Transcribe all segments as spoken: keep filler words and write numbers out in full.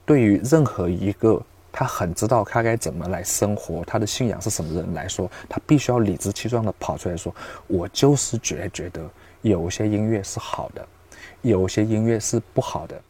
对于任何一个他很知道他该怎么来生活，他的信仰是什么人来说，他必须要理直气壮的跑出来说，我就是觉觉得有些音乐是好的，有些音乐是不好的。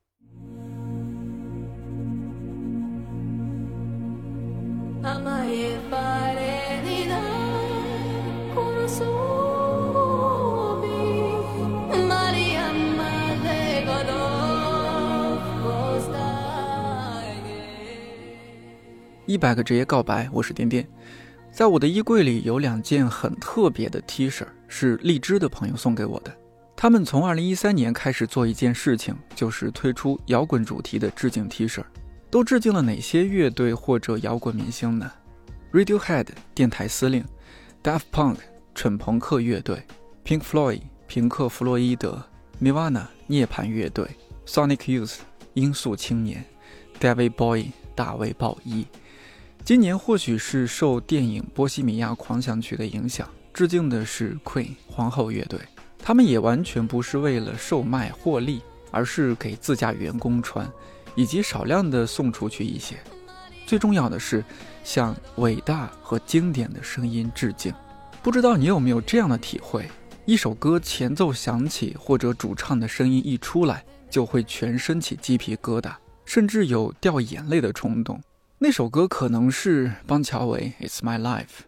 一百个职业告白，我是颠颠。在我的衣柜里有两件很特别的 T 恤，是荔枝的朋友送给我的。他们从二零一三年开始做一件事情，就是推出摇滚主题的致敬 T 恤。都致敬了哪些乐队或者摇滚明星呢？ Radiohead 电台司令， Daft Punk 蠢朋克乐队， Pink Floyd 平克·弗洛伊德， Nirvana 涅槃乐队， Sonic Youth 音速青年， David Bowie 大卫鲍伊。今年或许是受电影《波西米亚狂想曲》的影响，致敬的是 Queen 皇后乐队。他们也完全不是为了售卖获利，而是给自家员工穿，以及少量的送出去一些。最重要的是向伟大和经典的声音致敬。不知道你有没有这样的体会，一首歌前奏响起，或者主唱的声音一出来，就会全身起鸡皮疙瘩，甚至有掉眼泪的冲动。那首歌可能是邦乔维 It's My Life。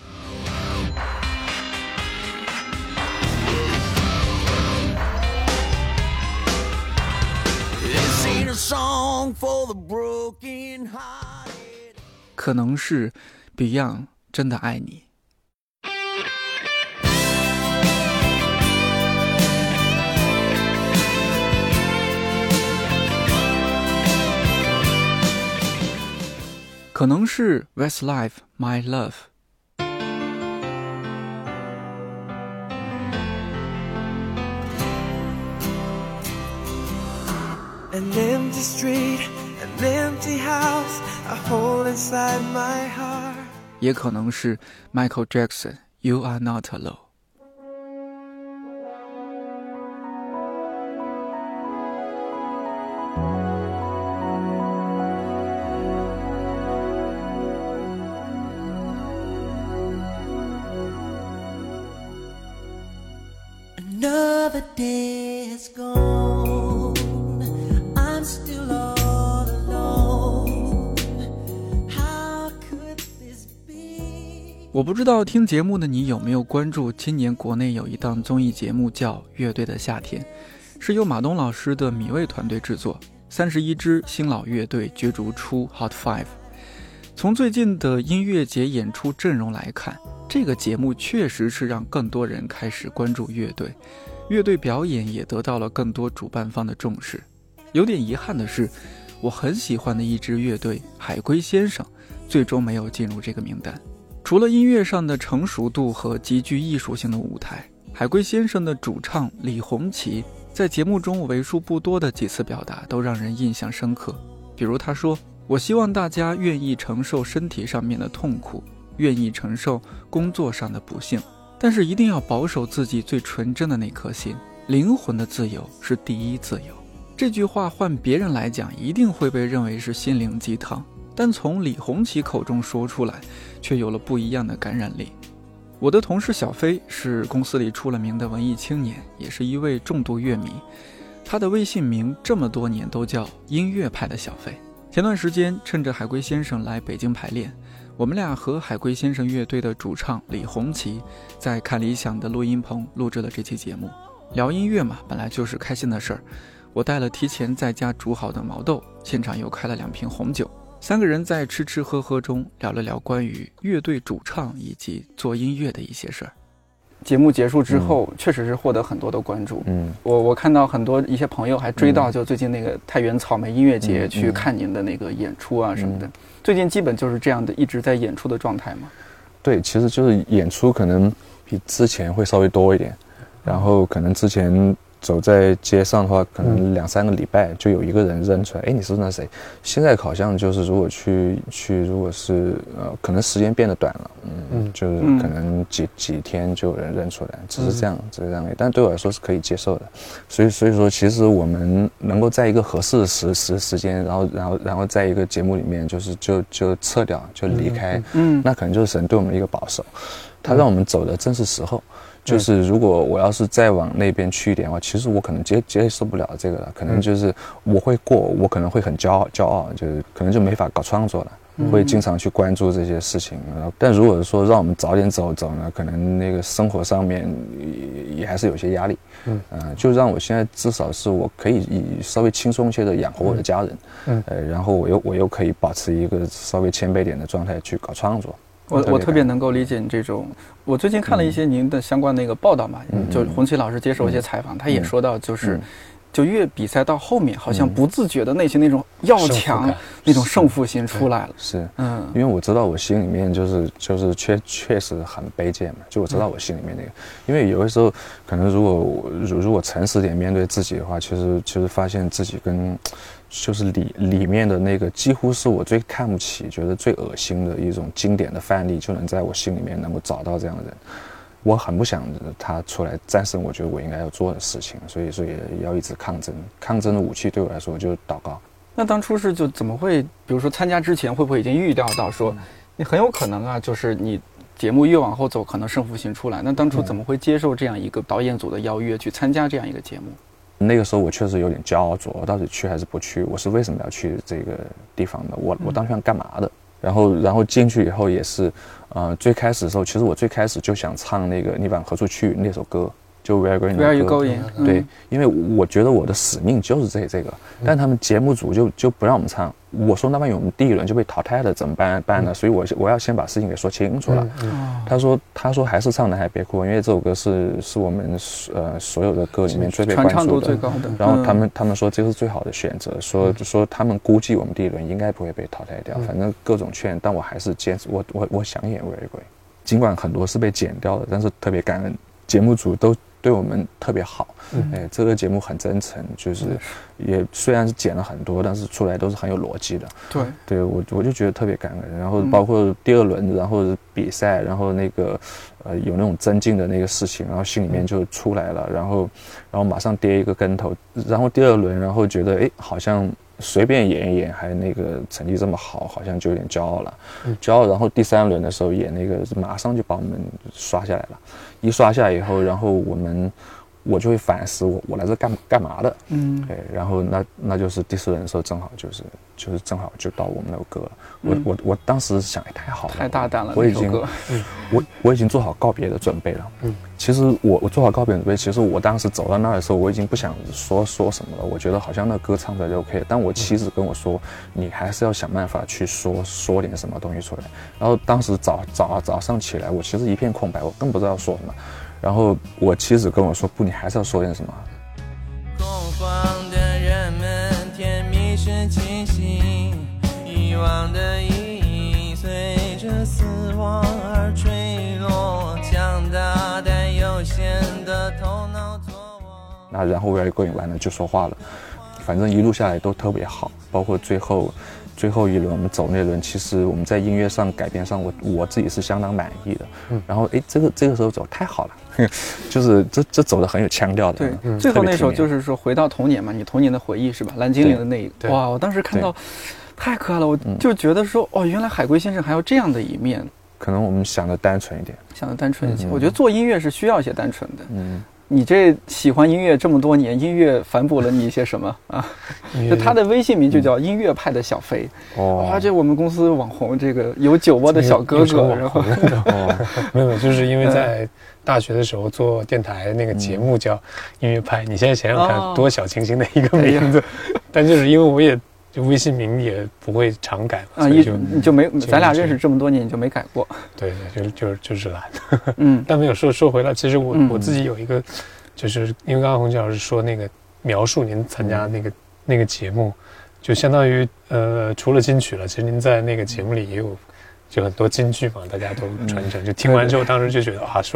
可能是 Beyond 真的爱你。可能是 Westlife My Love。 An empty street, an empty house, a hole inside my heart。 也可能是 Michael Jackson You Are Not Alone。 Another day is gone, I'm still all alone. How could this be? 我不知道听节目的你有没有关注，今年国内有一档综艺节目叫《乐队的夏天》，是由马东老师的米味团队制作，三十一支新老乐队角逐出 Hot Five。 从最近的音乐节演出阵容来看，这个节目确实是让更多人开始关注乐队，乐队表演也得到了更多主办方的重视。有点遗憾的是，我很喜欢的一支乐队海龟先生最终没有进入这个名单。除了音乐上的成熟度和极具艺术性的舞台，海龟先生的主唱李红旗在节目中为数不多的几次表达都让人印象深刻。比如他说，我希望大家愿意承受身体上面的痛苦，愿意承受工作上的不幸，但是一定要保守自己最纯真的那颗心，灵魂的自由是第一自由。这句话换别人来讲一定会被认为是心灵鸡汤，但从李红旗口中说出来却有了不一样的感染力。我的同事小飞是公司里出了名的文艺青年，也是一位重度乐迷，他的微信名这么多年都叫音乐派的小飞。前段时间趁着海龟先生来北京排练，我们俩和海龟先生乐队的主唱李红旗在看理想的录音棚录制了这期节目。聊音乐嘛，本来就是开心的事儿。我带了提前在家煮好的毛豆，现场又开了两瓶红酒，三个人在吃吃喝喝中聊了聊关于乐队主唱以及做音乐的一些事儿。节目结束之后、嗯、确实是获得很多的关注。嗯，我我看到很多一些朋友还追到就最近那个太原草莓音乐节去看您的那个演出啊什么的、嗯嗯、最近基本就是这样的一直在演出的状态吗？ 对，其实就是演出可能比之前会稍微多一点，然后可能之前走在街上的话，可能两三个礼拜就有一个人认出来，哎、嗯，你是那谁？现在好像就是如果去去，如果是呃，可能时间变得短了，嗯，嗯就是可能几、嗯、几天就有人认出来，只是这样，只是这样。但对我来说是可以接受的。所以所以说，其实我们能够在一个合适的时时时间，然后然后然后在一个节目里面，就是就就撤掉，就离开，嗯，那可能就是神对我们的一个保守，他让我们走的正是时候。就是如果我要是再往那边去一点的话，其实我可能接接受不了这个了，可能就是我会过，我可能会很骄傲，骄傲就是可能就没法搞创作了，会经常去关注这些事情。但如果说让我们早点走走呢，可能那个生活上面也也还是有些压力。嗯，呃，就让我现在至少是我可以以稍微轻松些的养活我的家人，嗯，呃，然后我又我又可以保持一个稍微谦卑点的状态去搞创作。 我我特别能够理解你这种。我最近看了一些您的相关那个报道嘛，嗯、就洪奇老师接受一些采访，嗯、他也说到，就是、嗯、就越比赛到后面，好像不自觉的内心那种要强、嗯、那种胜负心出来了。 是，嗯，因为我知道我心里面就是就是确确实很卑贱嘛，就我知道我心里面那个，嗯、因为有的时候可能如果如如果诚实点面对自己的话，其实其实发现自己跟。就是里里面的那个几乎是我最看不起觉得最恶心的一种经典的范例，就能在我心里面能够找到这样的人，我很不想他出来战胜我觉得我应该要做的事情，所以所以要一直抗争，抗争的武器对我来说就是祷告。 那当初是就怎么会，比如说参加之前会不会已经预料到说你很有可能啊，就是你节目越往后走可能胜负心出来，那当初怎么会接受这样一个导演组的邀约去参加这样一个节目？ 那个时候我确实有点骄傲，说我到底去还是不去？我是为什么要去这个地方的？我我当时想干嘛的？然后然后进去以后也是，呃，最开始的时候，其实我最开始就想唱那个《你往何处去》那首歌，就 Where Are You Going？ Where Are You Going？ 对，因为我觉得我的使命就是这这个，但他们节目组就就不让我们唱。我说那万一我们第一轮就被淘汰了怎么办办呢？所以我我要先把事情给说清楚了。嗯嗯、他说他说还是唱《男孩别哭》，因为这首歌是是我们呃所有的歌里面最被关注的， 传唱度最高的。 然后他们、嗯、他们说这是最好的选择，说说他们估计我们第一轮应该不会被淘汰掉，反正各种劝，但我还是坚持，我我我想演《Where Are You Going》，尽管很多是被剪掉的，但是特别感恩节目组都。对我们特别好，嗯、哎，这个节目很真诚，就是也虽然是剪了很多，但是出来都是很有逻辑的。 对， 对我我就觉得特别感恩。然后包括第二轮，然后比赛，然后那个呃有那种增进的那个事情，然后心里面就出来了，然后然后马上跌一个跟头，然后第二轮，然后觉得哎好像。随便演一演，还那个成绩这么好，好像就有点骄傲了，嗯、骄傲。然后第三轮的时候演那个，马上就把我们刷下来了。一刷下来以后，然后我们我就会反思我我来这干干嘛的，嗯，对。然后那那就是第四轮的时候，正好就是就是正好就到我们那首歌了。我、嗯、我我当时想，哎，太好了， 太大胆了， 我已经、嗯、我我已经做好告别的准备了。嗯，其实我我做好告别准备，其实我当时走到那儿的时候，我已经不想说说什么了。我觉得好像那歌唱出来就 OK 了。但我妻子跟我说，你还是要想办法去说说点什么东西出来。然后当时早早早上起来，我其实一片空白，我更不知道说什么。然后我妻子跟我说，不，你还是要说点什么。恐慌的人们，甜蜜是清醒，遗忘的意义随着死亡而坠落，强大但有限的头脑作我。那然后我也过瘾完了就说话了，反正一路下来都特别好，包括最后最后一轮我们走那轮，其实我们在音乐上改编上我我自己是相当满意的。嗯，然后哎，这个这个时候走太好了，就是这这走的很有腔调的。 对，嗯、最后那首就是说回到童年嘛，你童年的回忆是吧？蓝精灵的那一哇，我当时看到太可爱了，我就觉得说、嗯、哦，原来海龟先生还有这样的一面。 可能我们想的单纯一点， 想的单纯一些、嗯。我觉得做音乐是需要一些单纯的。嗯。你这喜欢音乐这么多年，音乐反哺了你一些什么啊？就他的微信名就叫音乐派的小飞，哦，而且我们公司网红这个有酒窝的小哥哥，然后哦，没有，就是因为在大学的时候做电台那个节目叫音乐派，你现在想想看，多小清新的一个名字，但就是因为我也。就微信名也不会常改嘛，啊， 你就你就没，咱俩认识这么多年，你就没改过。 对对，就就就是懒。嗯，但没有说说回来，其实我、嗯、我自己有一个，就是因为刚刚洪杰老师说那个描述您参加那个、嗯、那个节目，就相当于呃，除了金曲了，其实您在那个节目里也有就很多金句嘛，大家都传承。嗯、就听完之后，当时就觉得啊，说的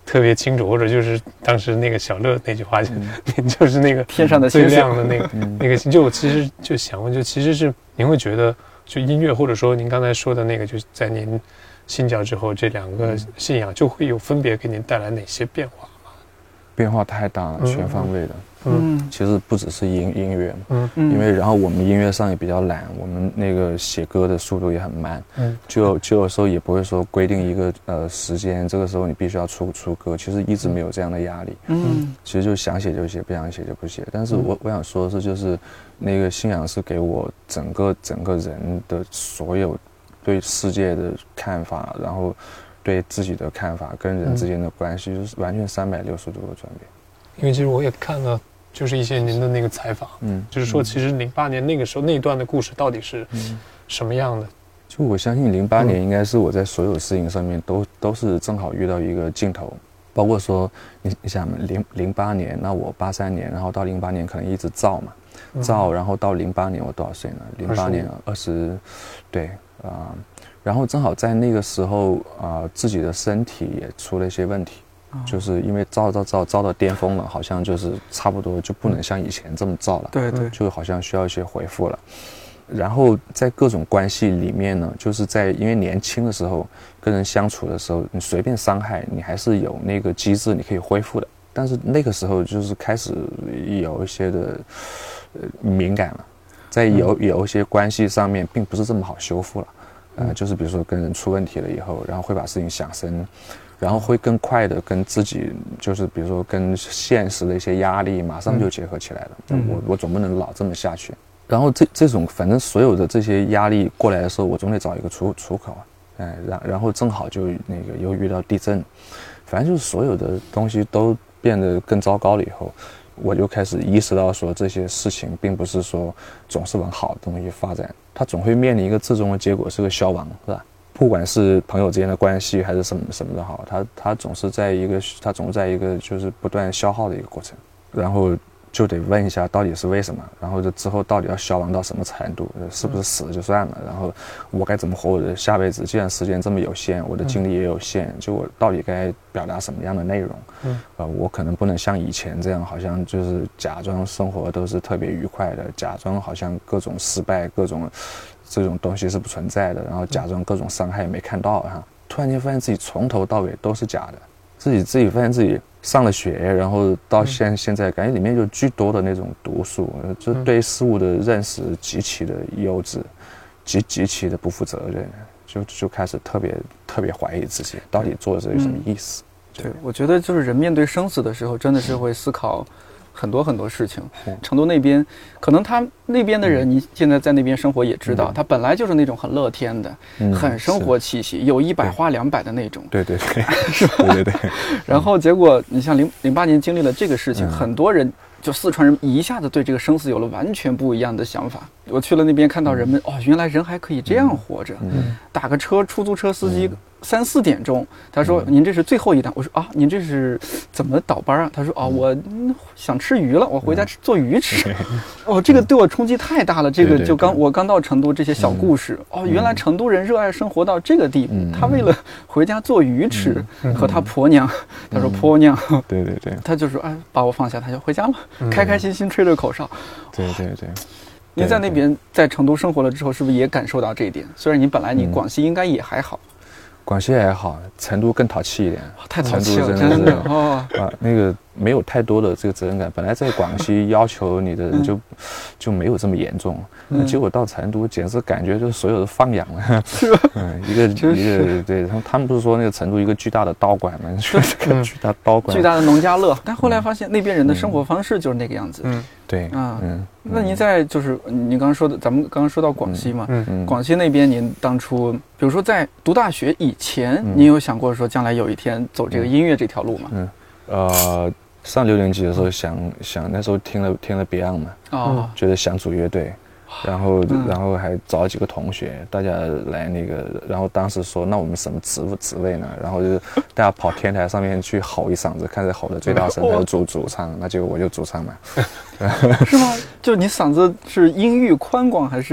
特别清楚，或者就是当时那个小乐那句话，嗯、就是那个天上的最亮的那个、嗯、那个星。就我其实就想问，就其实是您会觉得，就音乐或者说您刚才说的那个，就在您信教之后，这两个信仰就会有分别给您带来哪些变化吗？ 变化太大了，全方位的。 嗯， 其实不只是音音乐嘛，嗯，因为然后我们音乐上也比较懒，我们那个写歌的速度也很慢，嗯，就就有时候也不会说规定一个呃时间，这个时候你必须要出出歌，其实一直没有这样的压力，嗯，其实就想写就写，不想写就不写。但是我我想说的是，就是那个信仰是给我整个整个人的所有对世界的看法，然后对自己的看法跟人之间的关系，就是完全三百六十度的转变。 因为其实我也看了。就是一些您的那个采访，嗯，就是说，其实零八年那个时候那段的故事到底是什么样的？ 就我相信零八年应该是我在所有事情上面都都是正好遇到一个尽头，包括说你你想零零八年，那我八三年，然后到零八年可能一直造嘛，造，然后到零八年我多少岁呢？零八年二十，对啊、呃，然后正好在那个时候啊、呃，自己的身体也出了一些问题。就是因为造造造造到巅峰了，好像就是差不多就不能像以前这么造了， 对对， 就好像需要一些恢复了。然后在各种关系里面呢，就是在因为年轻的时候跟人相处的时候，你随便伤害，你还是有那个机制你可以恢复的。但是那个时候就是开始有一些的呃敏感了，在有有一些关系上面并不是这么好修复了，呃，就是比如说跟人出问题了以后，然后会把事情想深。然后会更快的跟自己，就是比如说跟现实的一些压力马上就结合起来了。嗯、我我总不能老这么下去。然后这这种反正所有的这些压力过来的时候，我总得找一个出出口啊。哎，然然后正好就那个又遇到地震，反正就是所有的东西都变得更糟糕了以后，我就开始意识到说这些事情并不是说总是往好的东西发展，它总会面临一个最终的结果是个消亡，是吧？不管是朋友之间的关系还是什么什么的好，他他总是在一个他总是在一个就是不断消耗的一个过程，然后就得问一下到底是为什么，然后这之后到底要消亡到什么程度，是不是死了就算了，然后我该怎么活我的下辈子？既然时间这么有限，我的精力也有限，就我到底该表达什么样的内容？嗯，呃，我可能不能像以前这样，好像就是假装生活都是特别愉快的，假装好像各种失败各种。这种东西是不存在的，然后假装各种伤害也没看到哈，突然间发现自己从头到尾都是假的，自己自己发现自己上了学，然后到现现在感觉里面有巨多的那种毒素，就对事物的认识极其的幼稚，极极其的不负责任，就就开始特别特别怀疑自己到底做这有什么意思。 对，我觉得就是人面对生死的时候，真的是会思考。很多很多事情，成都那边，可能他那边的人，你现在在那边生活也知道，他本来就是那种很乐天的，很生活气息，有一百花两百的那种。 对对对，是吧？对对对。 然后结果，你像零零八年经历了这个事情，很多人就四川人一下子对这个生死有了完全不一样的想法。我去了那边，看到人们哦，原来人还可以这样活着。打个车，出租车司机。三四点钟，他说：“您这是最后一单。”我说：“啊，您这是怎么倒班啊？”他说：“哦，我想吃鱼了，我回家吃做鱼吃。”哦，这个对我冲击太大了。这个就刚我刚到成都，这些小故事哦，原来成都人热爱生活到这个地步。他为了回家做鱼吃，和他婆娘，他说婆娘， 对对对， 他就说啊，把我放下，他就回家了，开开心心吹着口哨。 对对对。 您在那边在成都生活了之后，是不是也感受到这一点？虽然你本来你广西应该也还好。 广西还好，成都更淘气一点。 太淘气了， 真的是哦啊，那个没有太多的这个责任感。本来在广西要求你的人就、嗯、就没有这么严重，那、嗯、结果到成都简直感觉就是所有的放养了，是吧？嗯，一个一个对，他们他们不是说那个成都一个巨大的刀馆吗？就是个巨大刀馆， 巨大的农家乐。但后来发现那边人的生活方式就是那个样子。嗯， 对啊，嗯。 那您在就是您刚刚说的，咱们刚刚说到广西嘛，嗯嗯，广西那边您当初，比如说在读大学以前，嗯、您有想过说将来有一天走这个音乐这条路吗？ 嗯，呃，上六年级的时候想想，那时候听了听了 Beyond 嘛，哦，觉得想组乐队。然后，然后还找了几个同学，大家来那个，然后当时说，那我们什么职务职位呢？然后就大家跑天台上面去吼一嗓子，看谁吼的最大声，还是主主唱，那就我就主唱嘛。 是吗？就你嗓子是音域宽广还是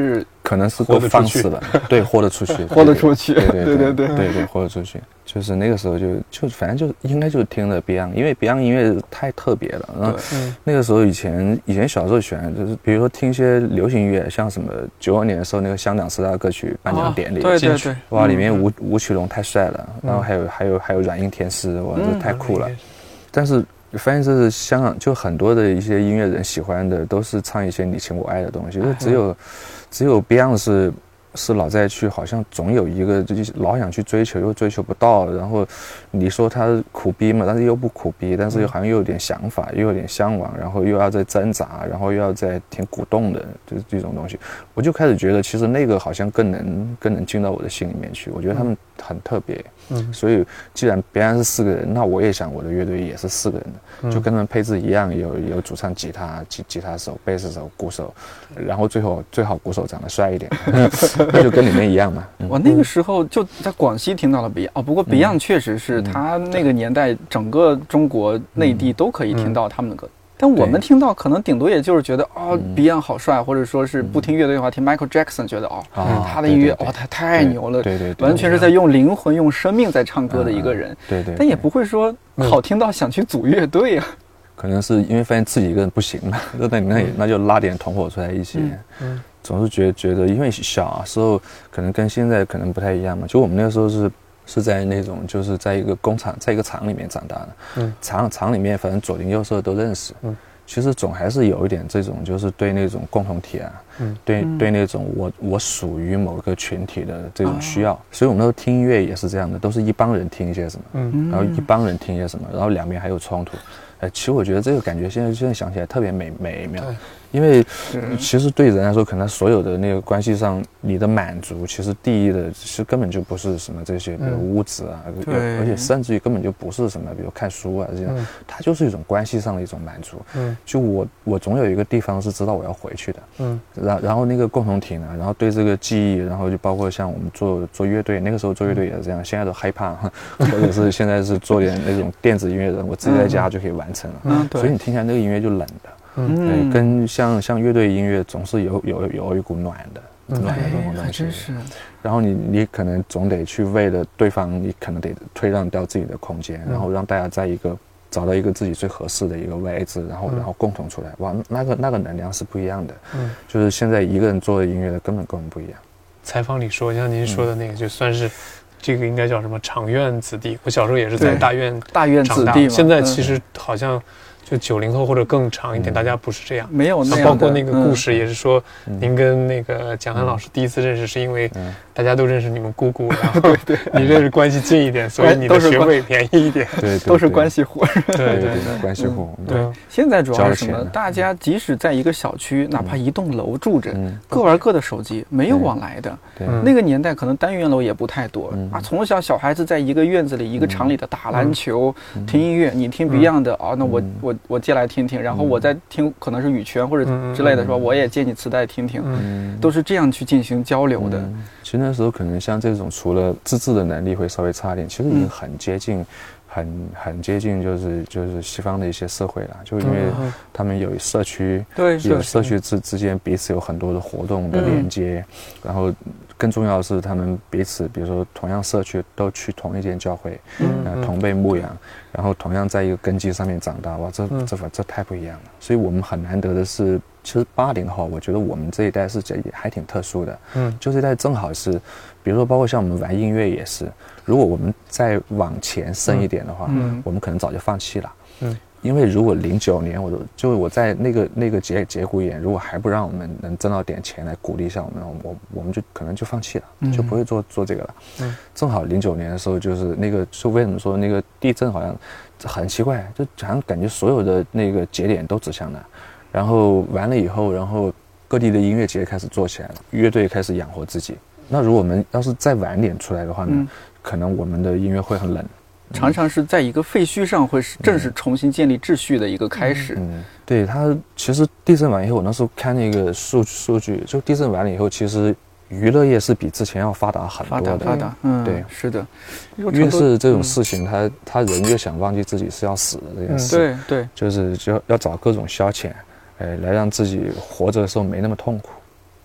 可能是都放肆了，对，豁得出去， 豁得出去， 对对对对对对对，豁得出去。就是那个时候就就反正就应该就听了 Beyond， 因为 Beyond 音乐太特别了。然后那个时候以前以前小时候喜欢就是比如说听一些流行音乐，像什么九二年的时候那个香港十大歌曲颁奖典礼， 对对对， 哇，里面吴吴奇隆太帅了，然后还有还有还有软硬天师，哇，这太酷了。但是发现这是香港就很多的一些音乐人喜欢的都是唱一些你情我爱的东西，就只有只有 Beyond 是是老在去好像总有一个就是老想去追求又追求不到，然后你说他苦逼嘛，但是又不苦逼，但是又好像又有点想法，又有点向往，然后又要在挣扎，然后又要在挺鼓动的，就是这种东西，我就开始觉得其实那个好像更能更能进到我的心里面去，我觉得他们很特别。嗯，所以既然别人是四个人，那我也想我的乐队也是四个人的，嗯、就跟他们配置一样，有有主唱、吉他、吉吉他手、贝斯手、鼓手，然后最后最好鼓手长得帅一点，那就跟里面一样嘛。 嗯、我那个时候就在广西听到了 Beyond， 哦，不过 Beyond 确实是他那个年代整个中国内地都可以听到他们的歌。嗯嗯但我们听到可能顶多也就是觉得哦、嗯、，Beyond 好帅，或者说是不听乐队的话，听 Michael Jackson 觉得哦，嗯、他的音乐哦，他太牛了， 对 对, 对, 对， 完全是在用灵魂、用生命在唱歌的一个人， 对 对, 对, 对。 但也不会说好听到想去组乐队啊。 可能是因为发现自己一个人不行了，那那那就拉点同伙出来一起。嗯，嗯总是觉得觉得，因为小时候可能跟现在可能不太一样嘛，就我们那个时候是。是在那种就是在一个工厂，在一个厂里面长大的，嗯，厂厂里面反正左邻右舍都认识，嗯，其实总还是有一点这种就是对那种共同体啊，嗯，对对那种我我属于某个群体的这种需要，哦、所以我们那时候听音乐也是这样的，都是一帮人听一些什么，嗯，然后一帮人听一些什么，然后两边还有冲突，呃，其实我觉得这个感觉现在现在想起来特别美美妙。因为其实对人来说，可能所有的那个关系上，你的满足，其实第一的，其实根本就不是什么这些，比如物质啊，嗯、而且甚至于根本就不是什么，比如看书啊这样，嗯、它就是一种关系上的一种满足。嗯，就我我总有一个地方是知道我要回去的。嗯，然然后那个共同体呢，然后对这个记忆，然后就包括像我们做做乐队，那个时候做乐队也是这样，现在都害怕，或者是现在是做点那种电子音乐人，我自己在家就可以完成了。嗯，所以你听起来那个音乐就冷的。嗯，对，跟像像乐队音乐总是有有有一股暖的、嗯、暖的这种东西，真是。然后你你可能总得去为了对方，你可能得退让掉自己的空间，嗯、然后让大家在一个找到一个自己最合适的一个位置，然后、嗯、然后共同出来，哇，那个那个能量是不一样的。嗯，就是现在一个人做的音乐的根本跟我们不一样。 采访里说，像您说的那个，就算是。这个应该叫什么长院子弟？我小时候也是在大院大院子弟嘛。 现在其实好像就九零后或者更长一点，嗯、大家不是这样， 没有那样。 包括那个故事也是说，嗯、您跟那个蒋涵老师第一次认识，是因为大家都认识你们姑姑，嗯、然后对你认识关系近一点，所以你的学费便宜一点， 对， 都是关系户。 对对对，关系户。 对，现在主要是什么？大家即使在一个小区，哪怕一栋楼住着，各玩各的手机，没有往来的。那个年代可能单元楼也不太多啊，从小小孩子在一个院子里、一个厂里的打篮球、听音乐，你听 Beyond 的啊，那我我我借来听听，然后我再听可能是羽泉或者之类的，说我也借你磁带听听，都是这样去进行交流的。 其实那时候可能像这种，除了自制的能力会稍微差一点，其实已经很接近。很很接近，就是就是西方的一些社会了，就因为他们有社区，对，有社区之之间彼此有很多的活动的连接，嗯、然后更重要的是他们彼此，比如说同样社区都去同一间教会，嗯、呃，同被牧养，然后同样在一个根基上面长大，哇，这这这这太不一样了。所以我们很难得的是，其实八零后，我觉得我们这一代是也还挺特殊的，嗯，就这一代正好是，比如说包括像我们玩音乐也是。如果我们再往前深一点的话，嗯、我们可能早就放弃了。嗯，因为如果零九年，我都就我在那个那个节节骨眼，如果还不让我们能挣到点钱来鼓励一下我们，我我们就可能就放弃了，嗯、就不会做做这个了。嗯，正好零九年的时候，就是那个，是为什么说那个地震好像很奇怪，就好像感觉所有的那个节点都指向那，然后完了以后，然后各地的音乐节开始做起来了，乐队开始养活自己。那如果我们要是再晚点出来的话呢？嗯，可能我们的音乐会很冷， 常常是在一个废墟上会正是重新建立秩序的一个开始。 嗯，对，它其实地震完以后，我那时候看那个数数据，就地震完了以后，其实娱乐业是比之前要发达很多的。 发达，发达，嗯，对，是的。 越是这种事情，他他人越想忘记自己是要死的这件事。 对对， 就是就要找各种消遣，哎，来让自己活着的时候没那么痛苦。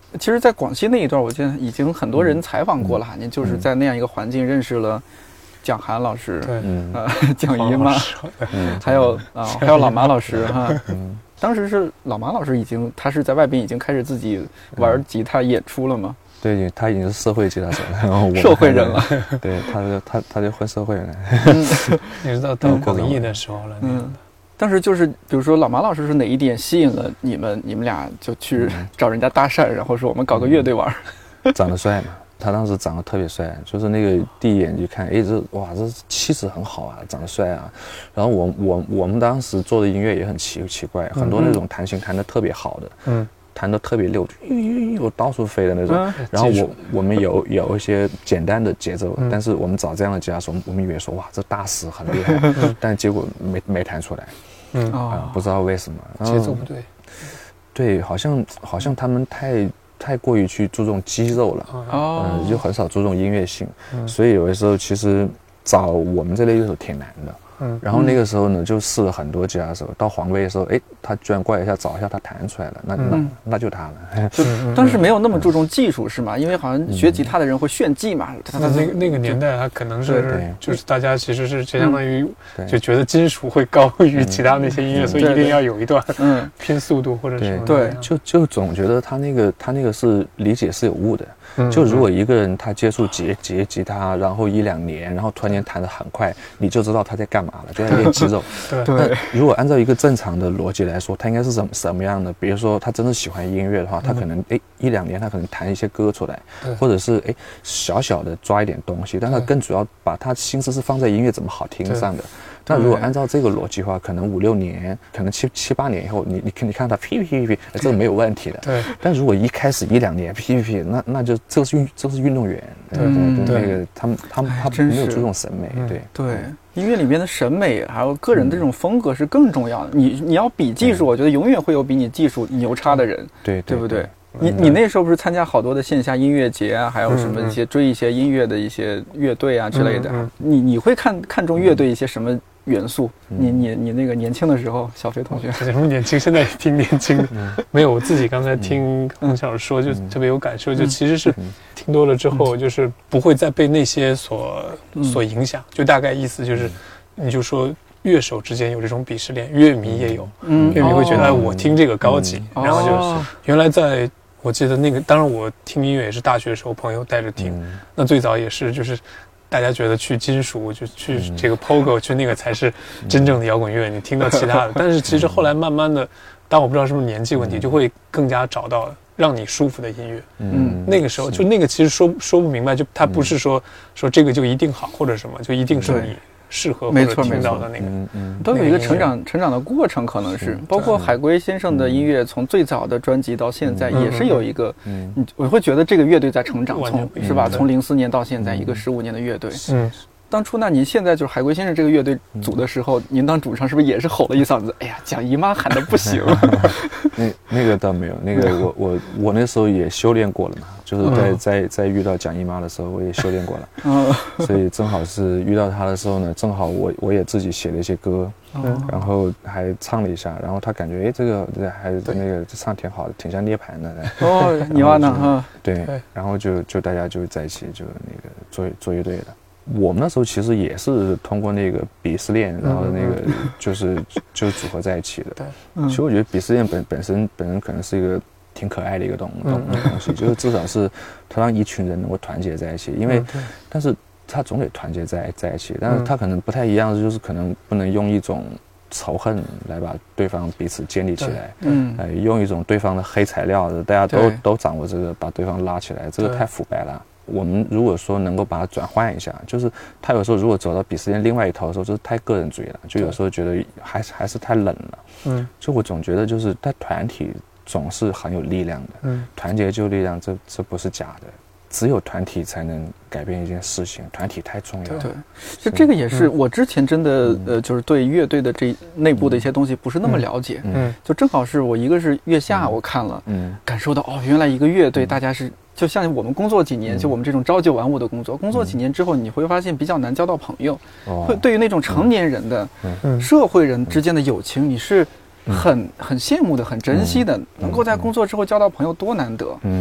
其实，在广西那一段，我记得已经很多人采访过了哈。您、嗯、就是在那样一个环境认识了蒋涵老师，对，呃，蒋姨妈，嗯，还有啊，还有老马老师哈。嗯，当时是老马老师已经，他是在外边已经开始自己玩吉他演出了吗？ 对，他已经是社会吉他手了，然后我社会人了。 对，他就他他就混社会了。 你知道到广义的时候了，嗯。 当时就是，比如说老马老师是哪一点吸引了你们？你们俩就去找人家搭讪，然后说我们搞个乐队玩。 长得帅嘛，他当时长得特别帅，就是那个第一眼就看，哎，这哇，这气质很好啊，长得帅啊。然后我我我们当时做的音乐也很奇奇怪，很多那种弹琴弹得特别好的，嗯，弹得特别溜，我到处飞的那种。嗯、然后我我们有有一些简单的节奏，嗯、但是我们找这样的吉他手，我们以为说哇，这大师很厉害，嗯、但结果没没弹出来。嗯啊、呃，不知道为什么节奏不对， 对，好像好像他们太太过于去注重肌肉了，哦、呃，就很少注重音乐性，嗯、所以有的时候其实找我们这类乐手挺难的。嗯，然后那个时候呢，就试了很多吉他手，到黄威的时候，哎，他居然过来一下找一下，他弹出来了，那、嗯、那那就他了。 就当时没有那么注重技术是吗？因为好像学吉他的人会炫技嘛。 他他那个那个年代，他可能是就是大家其实是相当于就觉得金属会高于其他那些音乐，所以一定要有一段嗯拼速度或者什么。 对，就就总觉得他那个他那个是理解是有误的。就如果一个人他接触吉吉吉他，然后一两年，然后突然间弹得很快，你就知道他在干嘛了，就在练肌肉。对对。如果按照一个正常的逻辑来说，他应该是什么什么样的？比如说他真的喜欢音乐的话，他可能哎一两年他可能弹一些歌出来，或者是哎小小的抓一点东西，但他更主要把他心思是放在音乐怎么好听上的。那如果按照这个逻辑的话，可能五六年，可能七七八年以后，你你你看他噼噼噼，这个没有问题的。对。但如果一开始一两年噼噼噼，那那就这个是运这个是运动员，对对对，那个他们他们他没有注重审美，对对。音乐里面的审美还有个人的这种风格是更重要的。你你要比技术，我觉得永远会有比你技术牛叉的人，对对不对？你你那时候不是参加好多的线下音乐节啊，还有什么一些追一些音乐的一些乐队啊之类的。你你会看看重乐队一些什么元素？你你你那个年轻的时候，小飞同学什么年轻？现在也挺年轻的。没有，我自己刚才听洪小说就特别有感受，就其实是听多了之后，就是不会再被那些所所影响。就大概意思就是，你就说乐手之间有这种鄙视链，乐迷也有，乐迷会觉得哎，我听这个高级，然后就是原来在。我记得那个，当然我听音乐也是大学的时候朋友带着听，嗯、那最早也是就是大家觉得去金属就去这个 Pogo、嗯、去那个才是真正的摇滚乐，你听到其他的，但是其实后来慢慢的，但我不知道是不是年纪问题，就会更加找到让你舒服的音乐。嗯，那个时候就那个其实说说不明白，就它不是说、嗯、说这个就一定好或者什么，就一定是你。适合或者听到的那个，嗯嗯， 都有一个成长成长的过程，可能是包括海龟先生的音乐，从最早的专辑到现在，也是有一个，嗯，我会觉得这个乐队在成长，从是吧？从零四年到现在，一个十五年的乐队，嗯。当初那您现在就是海龟先生这个乐队组的时候，您当主唱是不是也是吼了一嗓子？哎呀，蒋姨妈喊的不行。 那那个倒没有，那个我我我那时候也修炼过了嘛，就是在在在遇到蒋姨妈的时候，我也修炼过了。嗯，所以正好是遇到她的时候呢，正好我我也自己写了一些歌，然后还唱了一下，然后他感觉哎这个还那个唱挺好的，挺像涅槃的。 哦，你哇呢哈？ 对，然后就就大家就在一起就那个做做乐队了。我们那时候其实也是通过那个鄙视链，然后那个就是就组合在一起的。对，其实我觉得鄙视链本本身本身可能是一个挺可爱的一个东东东西，就是至少是它让一群人能够团结在一起。因为，但是他总得团结在在一起，但是他可能不太一样，就是可能不能用一种仇恨来把对方彼此建立起来，嗯，呃，用一种对方的黑材料，大家都都掌握这个，把对方拉起来，这个太腐败了。我们如果说能够把它转换一下，就是他有时候如果走到鄙视链另外一头的时候，就是太个人主义了，就有时候觉得还是还是太冷了。嗯，就我总觉得就是在团体总是很有力量的，嗯，团结就力量，这这不是假的。只有团体才能改变一件事情，团体太重要了。 对，就这个也是我之前真的、嗯、呃，就是对乐队的这内部的一些东西不是那么了解。嗯，就正好是我一个是月下我看了，嗯，感受到哦，原来一个乐队大家是就像我们工作几年，嗯、就我们这种朝九晚五的工作，工作几年之后你会发现比较难交到朋友。哦，会对于那种成年人的、嗯、社会人之间的友情，你是。很很羡慕的，很珍惜的，嗯、能够在工作之后交到朋友多难得。嗯，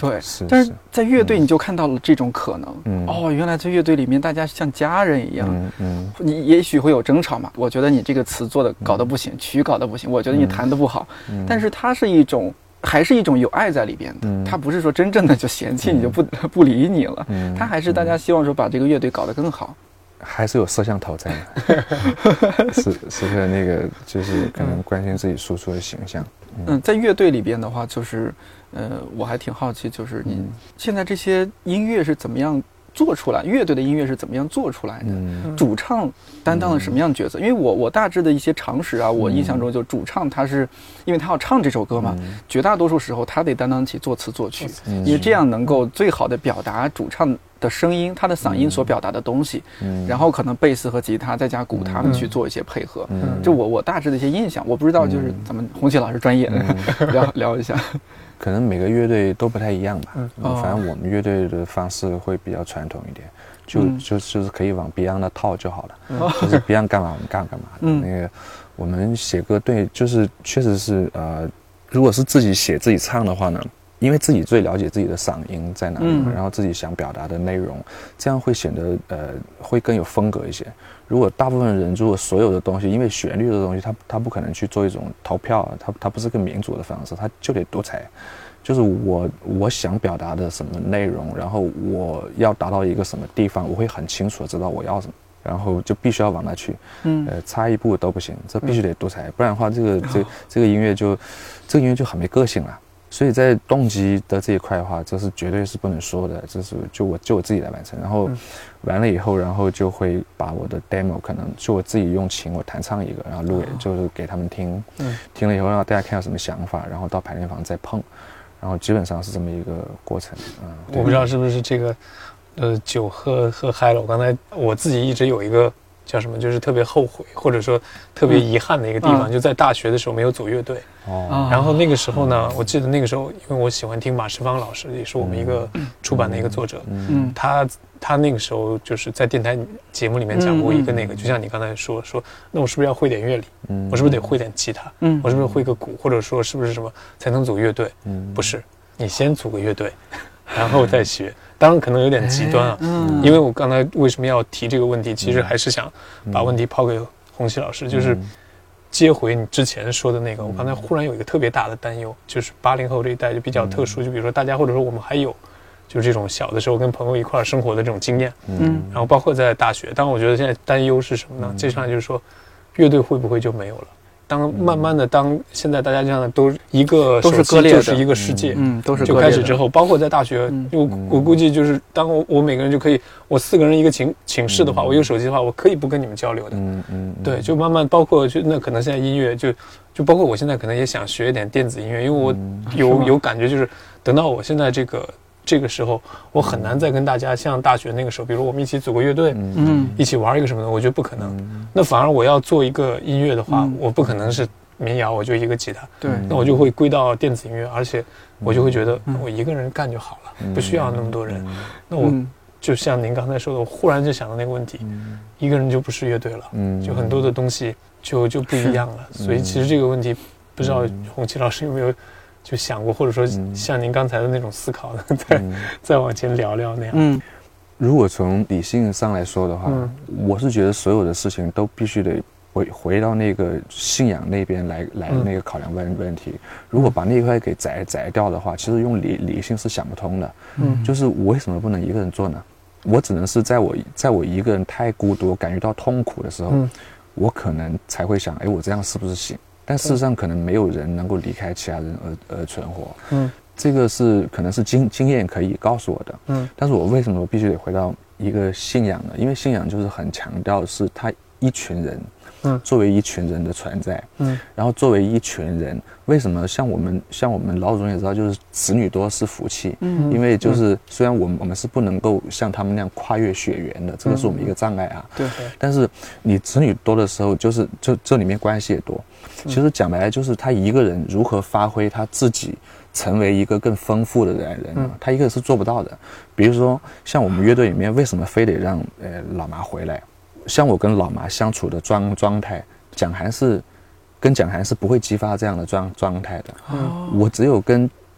对， 是但是在乐队你就看到了这种可能。 嗯， 哦，原来在乐队里面大家像家人一样。 嗯嗯， 你也许会有争吵嘛，我觉得你这个词做的搞得不行，曲搞得不行，我觉得你弹得不好。嗯，但是它是一种。还是一种有爱在里边的，嗯，他不是说真正的就嫌弃你就不、嗯、不理你了，嗯，他还是大家希望说把这个乐队搞得更好， 还是有摄像头在的，是是个那个就是可能关心自己输出的形象。 嗯，嗯在乐队里边的话，就是呃，我还挺好奇，就是你、嗯、现在这些音乐是怎么样做出来，乐队的音乐是怎么样做出来的？嗯、主唱担当了什么样的角色？嗯、因为我我大致的一些常识啊，我印象中就主唱他是，因为他要唱这首歌嘛，嗯、绝大多数时候他得担当起作词作曲，嗯、因为这样能够最好的表达主唱的声音，他的嗓音所表达的东西。嗯、然后可能贝斯和吉他再加鼓，他们去做一些配合。嗯、就我我大致的一些印象，我不知道就是咱们洪奇老师专业的、嗯、聊聊一下。 可能每个乐队都不太一样吧，嗯，反正我们乐队的方式会比较传统一点，就、嗯、就就是可以往 Beyond 的套就好了，嗯、就是 Beyond 干嘛我们干干嘛。嗯，那个我们写歌对，就是确实是呃，如果是自己写自己唱的话呢，因为自己最了解自己的嗓音在哪里，嗯、然后自己想表达的内容，这样会显得呃会更有风格一些。如果大部分人如果所有的东西，因为旋律的东西，他他不可能去做一种投票，他他不是个民主的方式，他就得独裁。就是我我想表达的什么内容，然后我要达到一个什么地方，我会很清楚的知道我要什么，然后就必须要往那去，嗯，呃，差一步都不行，这必须得独裁，不然的话，这个这这个音乐就这个音乐就很没个性了。所以在动机的这一块的话，这是绝对是不能说的，这是就我就我自己来完成，然后完了以后，然后就会把我的 demo 可能就我自己用琴我弹唱一个，然后录给就是给他们听，嗯，听了以后让大家看有什么想法，然后到排练房再碰。然后基本上是这么一个过程，嗯， 我不知道是不是这个，呃，酒喝喝嗨了。我刚才我自己一直有一个叫什么，就是特别后悔或者说特别遗憾的一个地方，嗯、就在大学的时候没有组乐队。哦，然后那个时候呢，我记得那个时候，因为我喜欢听马世芳老师，也是我们一个出版的一个作者，嗯，他他那个时候就是在电台节目里面讲过一个那个，嗯、就像你刚才说说，那我是不是要会点乐理？嗯，我是不是得会点吉他？嗯，我是不是会个鼓，或者说是不是什么才能组乐队？嗯，不是，你先组个乐队，然后再学。当然可能有点极端啊，嗯，因为我刚才为什么要提这个问题，其实还是想把问题抛给洪奇老师，就是接回你之前说的那个，我刚才忽然有一个特别大的担忧，就是八零后这一代就比较特殊，就比如说大家或者说我们还有就是这种小的时候跟朋友一块生活的这种经验，嗯，然后包括在大学，当然我觉得现在担忧是什么呢？接下来就是说乐队会不会就没有了？当慢慢的，当现在大家这样的都一个都是割裂的， 就是一个世界， 嗯，都是就开始之后，包括在大学， 嗯、 我我估计就是当我我每个人就可以，我四个人一个寝寝室的话，嗯、我有手机的话，我可以不跟你们交流的，嗯嗯，对，就慢慢包括就那可能现在音乐就就包括我现在可能也想学一点电子音乐，因为我有、嗯、有感觉就是等到我现在这个。这个时候我很难再跟大家像大学那个时候，比如我们一起组个乐队，嗯，一起玩一个什么的，我觉得不可能。嗯、那反而我要做一个音乐的话，嗯、我不可能是民谣，我就一个吉他，对，那我就会归到电子音乐，而且我就会觉得我一个人干就好了，嗯、不需要那么多人。嗯、那我就像您刚才说的，我忽然就想到那个问题，嗯、一个人就不是乐队了，嗯、就很多的东西就就不一样了。所以其实这个问题，不知道洪奇老师有没有就想过，或者说像您刚才的那种思考的，再、嗯、再往前聊聊那样。嗯， 如果从理性上来说的话，嗯、我是觉得所有的事情都必须得回回到那个信仰那边来来那个考量问问题。嗯、如果把那一块给摘摘掉的话，其实用理理性是想不通的。嗯，就是我为什么不能一个人做呢？我只能是在我在我一个人太孤独、感觉到痛苦的时候，嗯、我可能才会想，哎，我这样是不是行？但事实上，可能没有人能够离开其他人而而存活。嗯，这个是可能是经经验可以告诉我的。嗯，但是我为什么我必须得回到一个信仰呢？因为信仰就是很强调的是他一群人，嗯，作为一群人的存在，嗯，然后作为一群人，为什么像我们像我们老祖宗也知道，就是子女多是福气。嗯，因为就是虽然我们我们是不能够像他们那样跨越血缘的，这个是我们一个障碍啊。对对。但是你子女多的时候，就是就这里面关系也多。其实讲白了，就是他一个人如何发挥他自己，成为一个更丰富的人，嗯、他一个人是做不到的。比如说，像我们乐队里面，为什么非得让呃老麻回来？像我跟老麻相处的状状态，蒋涵是跟蒋涵是不会激发这样的状状态的。哦、我只有跟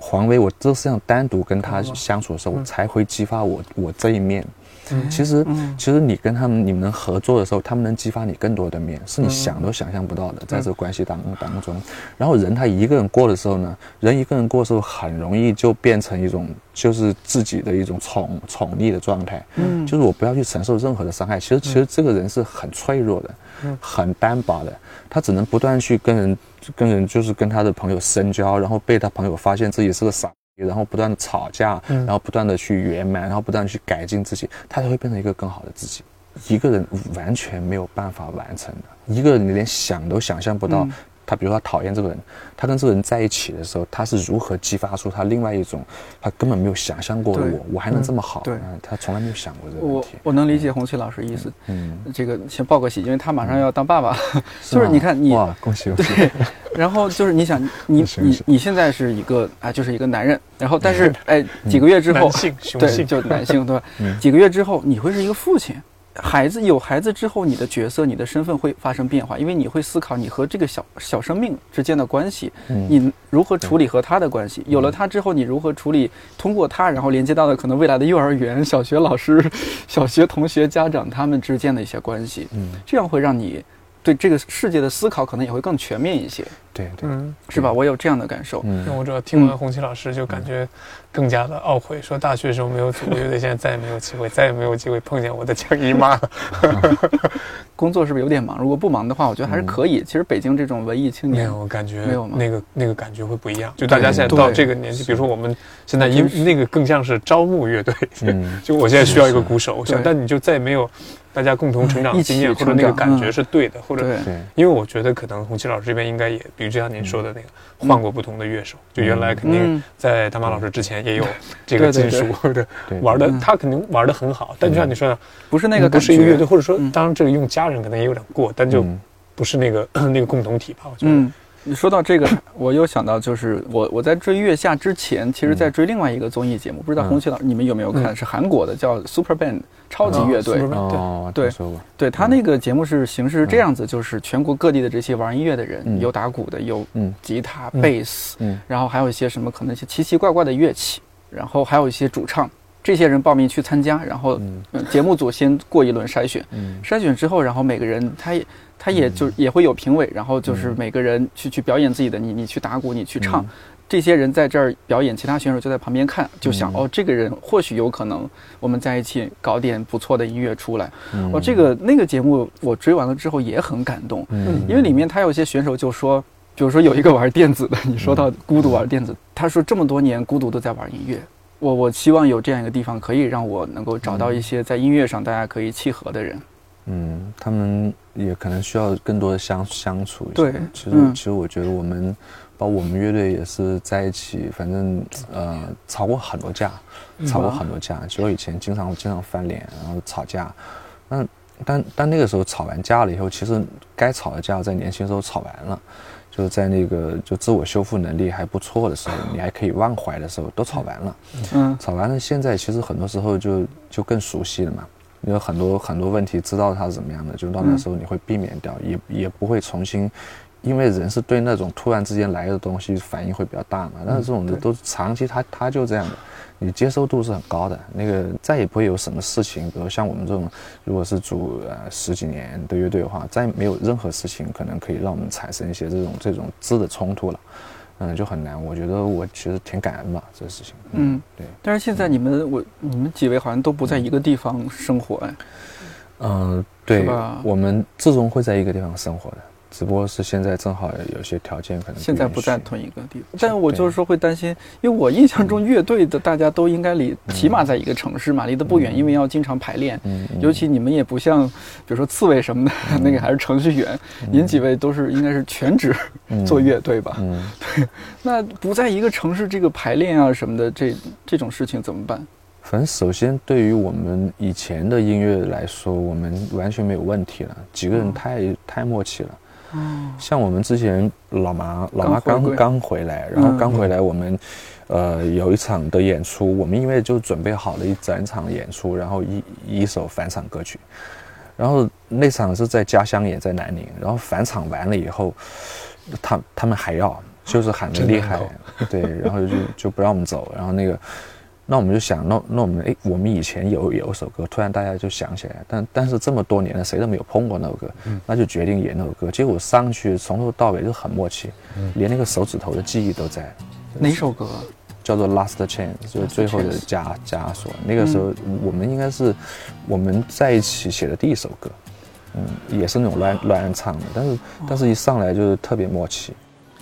黄维，我这是样单独跟他相处的时候，我才会激发我我这一面。嗯，其实、嗯、其实你跟他们你们合作的时候，他们能激发你更多的面，是你想都想象不到的，在这个关系当当中。然后人他一个人过的时候呢，人一个人过的时候，很容易就变成一种就是自己的一种宠宠溺的状态。嗯，就是我不要去承受任何的伤害。其实其实这个人是很脆弱的，嗯，很单薄的，他只能不断去跟人跟人就是跟他的朋友深交，然后被他朋友发现自己是个傻。然后不断的吵架，然后不断的去圆满，然后不断的去改进自己，他才会变成一个更好的自己。一个人完全没有办法完成的，一个人你连想都想象不到。嗯，他比如说他讨厌这个人，他跟这个人在一起的时候，他是如何激发出他另外一种他根本没有想象过的我，我还能这么好？对，嗯，他从来没有想过这个问题。 我我能理解洪奇老师意思。嗯，这个先报个喜，因为他马上要当爸爸，嗯、就是你看你哇，恭喜恭喜！ 对，然后就是你想你你你现在是一个啊，就是一个男人，然后但是哎几个月之后， 男性雄性对，就男性对吧？嗯、几个月之后你会是一个父亲。孩子有孩子之后，你的角色、你的身份会发生变化，因为你会思考你和这个小小生命之间的关系，嗯、你如何处理和他的关系。有了他之后，你如何处理通过他，然后连接到的可能未来的幼儿园、小学老师、小学同学、家长他们之间的一些关系，嗯，这样会让你对这个世界的思考可能也会更全面一些。 对对， 嗯，是吧？我有这样的感受。 嗯，那我主要听完洪奇老师就感觉更加的懊悔，说大学时候没有组乐队，现在再也没有机会，再也没有机会碰见我的江姨妈了。 工作是不是有点忙？如果不忙的话，我觉得还是可以。嗯、其实北京这种文艺青年， 没有，我感觉没有那个那个感觉会不一样。就大家现在到这个年纪，比如说我们现在因那个更像是招募乐队，嗯、就我现在需要一个鼓手，我想，但你就再也没有大家共同成长经验或者那个感觉是对的，嗯、或者因为我觉得可能洪奇老师这边应该也，比如就像您说的那个。换过不同的乐手，就原来肯定在大马老师之前也有这个金属的玩的，他肯定玩的很好。但就像你说的， 不是那个不是一个乐队，或者说当然这个用家人可能也有点过，但就不是那个那个共同体吧？我觉得。嗯， 你说到这个，我又想到就是我我在追月下之前，其实在追另外一个综艺节目，不知道洪奇老师你们有没有看？是韩国的，叫 Super Band 超级乐队。 哦， 对对对，他那个节目是形式是这样子，就是全国各地的这些玩音乐的人，有打鼓的，有吉他、贝斯，然后还有一些什么可能一些奇奇怪怪的乐器，然后还有一些主唱。这些人报名去参加，然后、嗯、节目组先过一轮筛选，嗯、筛选之后，然后每个人他也他也就、嗯、也会有评委，然后就是每个人去去表演自己的，你你去打鼓，你去唱，嗯、这些人在这儿表演，其他选手就在旁边看，就想、嗯、哦，这个人或许有可能我们在一起搞点不错的音乐出来。嗯、哦，这个那个节目我追完了之后也很感动，嗯、因为里面他有些选手就说，比如说有一个玩电子的，你说到孤独玩电子，他说这么多年孤独都在玩音乐。我我希望有这样一个地方，可以让我能够找到一些在音乐上大家可以契合的人。 嗯，他们也可能需要更多的相相处一下。对， 其实、嗯、其实我觉得我们，包括我们乐队也是在一起，反正呃吵过很多架，吵过很多架。其实我以前经常经常翻脸，然后吵架。那但但那个时候吵完架了以后，其实该吵的架在年轻时候吵完了。就是在那个就自我修复能力还不错的时候，你还可以忘怀的时候，都吵完了。嗯，吵完了，现在其实很多时候就就更熟悉了嘛。你有很多很多问题，知道它是怎么样的，就到那时候你会避免掉，嗯、也也不会重新，因为人是对那种突然之间来的东西反应会比较大嘛。但是这种的都长期它它就这样的。你接受度是很高的，那个再也不会有什么事情，比如像我们这种，如果是组呃十几年的乐队的话，再没有任何事情可能可以让我们产生一些这种这种质的冲突了，嗯，就很难。我觉得我其实挺感恩吧，这个事情。 嗯，对。但是现在你们、嗯、我你们几位好像都不在一个地方生活哎。 嗯、呃，对，我们最终会在一个地方生活的。只不过是现在正好有些条件可能现在不在同一个地方，但我就是说会担心，因为我印象中乐队的大家都应该离、嗯、起码在一个城市嘛，离得不远、嗯，因为要经常排练、嗯嗯。尤其你们也不像，比如说刺猬什么的，嗯、那个还是程序员、嗯，您几位都是应该是全职做乐队吧？嗯，对。那不在一个城市，这个排练啊什么的，这这种事情怎么办？ 反正首先对于我们以前的音乐来说，我们完全没有问题了，几个人太、嗯、太默契了。像我们之前老麻老麻刚刚回来，然后刚回来我们，嗯、呃有一场的演出，我们因为就准备好了一整场演出，然后一一首返场歌曲，然后那场是在家乡演在南宁，然后返场完了以后，他他们还要就是喊得厉害，对，然后就就不让我们走，然后那个。那我们就想，那那我们哎，我们以前有有一首歌，突然大家就想起来，但但是这么多年了，谁都没有碰过那首歌，嗯、那就决定演那首歌。结果上去从头到尾就很默契，嗯、连那个手指头的记忆都在。 哪首歌？ 叫做 Last Chance， 就是最后的枷枷锁。那个时候、嗯、我们应该是我们在一起写的第一首歌，嗯，也是那种乱乱唱的，但是、哦、但是一上来就是特别默契。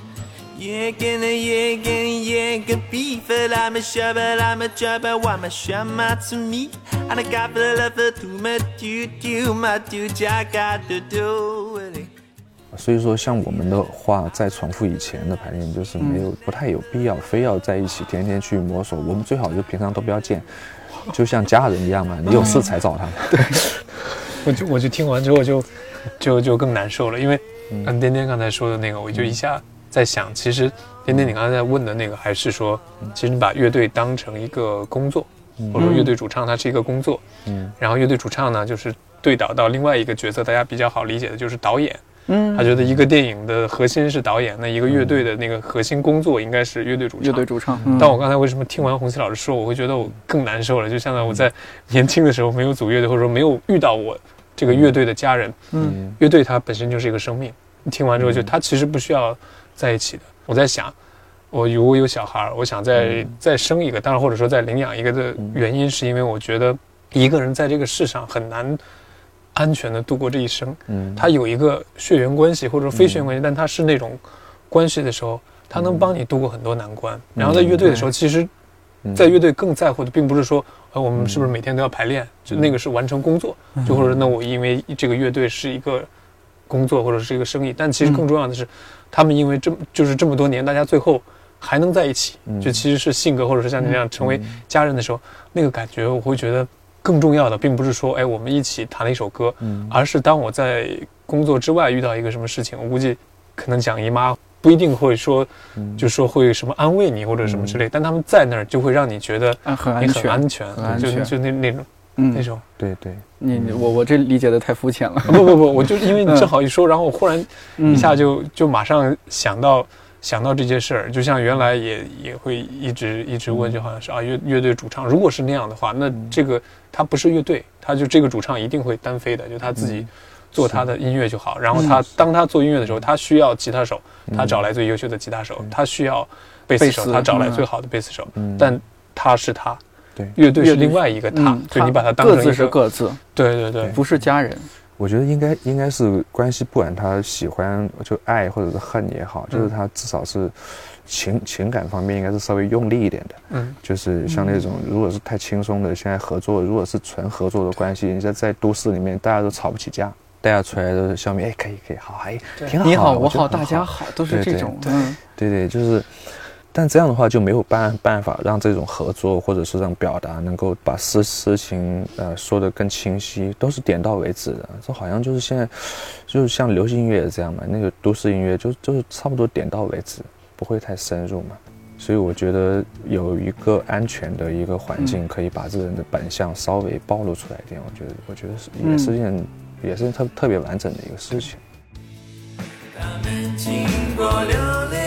Yeah, gonna, yeah, gonna, yeah, gonna be for I'm a shabba, I'm a jabba, I'm a shama to me. And I got the love to my do, do, my do, jaga, do, do. 所以说，像我们的话，在重复以前的排练，就是没有、嗯、不太有必要，非要在一起天天去摸索。我们最好就平常都不要见，就像家人一样嘛。你有事才找他们。 对， 我就我就听完之后就就就更难受了，因为嗯，颠颠刚才说的那个，我就一下。在想，其实颠颠你刚才在问的那个，还是说，其实你把乐队当成一个工作，嗯、或者说乐队主唱它是一个工作，嗯，然后乐队主唱呢，就是对导到另外一个角色，大家比较好理解的就是导演，嗯，他觉得一个电影的核心是导演，那一个乐队的那个核心工作应该是乐队主唱。乐队主唱。 嗯、但我刚才为什么听完洪熙老师说，我会觉得我更难受了？就相当于我在年轻的时候没有组乐队，或者说没有遇到我这个乐队的家人，嗯，乐队它本身就是一个生命，你听完之后就它其实不需要。在一起的，我在想，我如果有小孩，我想再、嗯、再生一个，当然或者说再领养一个的原因，是因为我觉得一个人在这个世上很难安全的度过这一生。嗯，他有一个血缘关系或者说非血缘关系，嗯、但他是那种关系的时候，他能帮你度过很多难关。嗯、然后在乐队的时候，其实，在乐队更在乎的并不是说，呃，我们是不是每天都要排练，就那个是完成工作，嗯、就或者那我因为这个乐队是一个工作或者是一个生意，但其实更重要的是。嗯他们因为这就是这么多年，大家最后还能在一起，嗯、就其实是性格，或者是像你那样成为家人的时候，嗯、那个感觉，我会觉得更重要的，并不是说，哎，我们一起弹了一首歌，嗯、而是当我在工作之外遇到一个什么事情，我估计可能蒋姨妈不一定会说，嗯、就说会什么安慰你或者什么之类，嗯、但他们在那儿就会让你觉得你很安全， 很安全，很安全就就那那种。嗯，那种对对， 你我我这理解的太肤浅了。 不不不，我就因为你正好一说，嗯、然后我忽然一下就、嗯、就马上想到想到这件事儿，就像原来也也会一直一直问，就好像是啊乐乐队主唱，如果是那样的话，那这个他不是乐队，他就这个主唱一定会单飞的，就他自己做他的音乐就好。然后他当他做音乐的时候，他需要吉他手，他找来最优秀的吉他手；他需要贝斯手，他找来最好的贝斯手。但他是他。对，乐队是另外一个他，嗯、就你把它当成一个各自是各自， 对对对， 不是家人。 我觉得应该应该是关系，不管他喜欢就爱或者是恨也好，嗯、就是他至少是情情感方面应该是稍微用力一点的。嗯，就是像那种如果是太轻松的，现在合作如果是纯合作的关系，你在在都市里面大家都吵不起架，大家出来都是笑面，哎，可以可以，好，还挺好， 你好我好大家好，都是这种， 对对 对, 对, 对，就是。但这样的话就没有办办法让这种合作或者是让表达能够把事事情呃说得更清晰，都是点到为止的。这好像就是现在，就是像流行音乐也这样嘛，那个都市音乐就就是差不多点到为止，不会太深入嘛。所以我觉得有一个安全的一个环境，可以把这个人的本相稍微暴露出来一点，我觉得我觉得是也是一件、嗯、也是特特别完整的一个事情。他们经过流泪。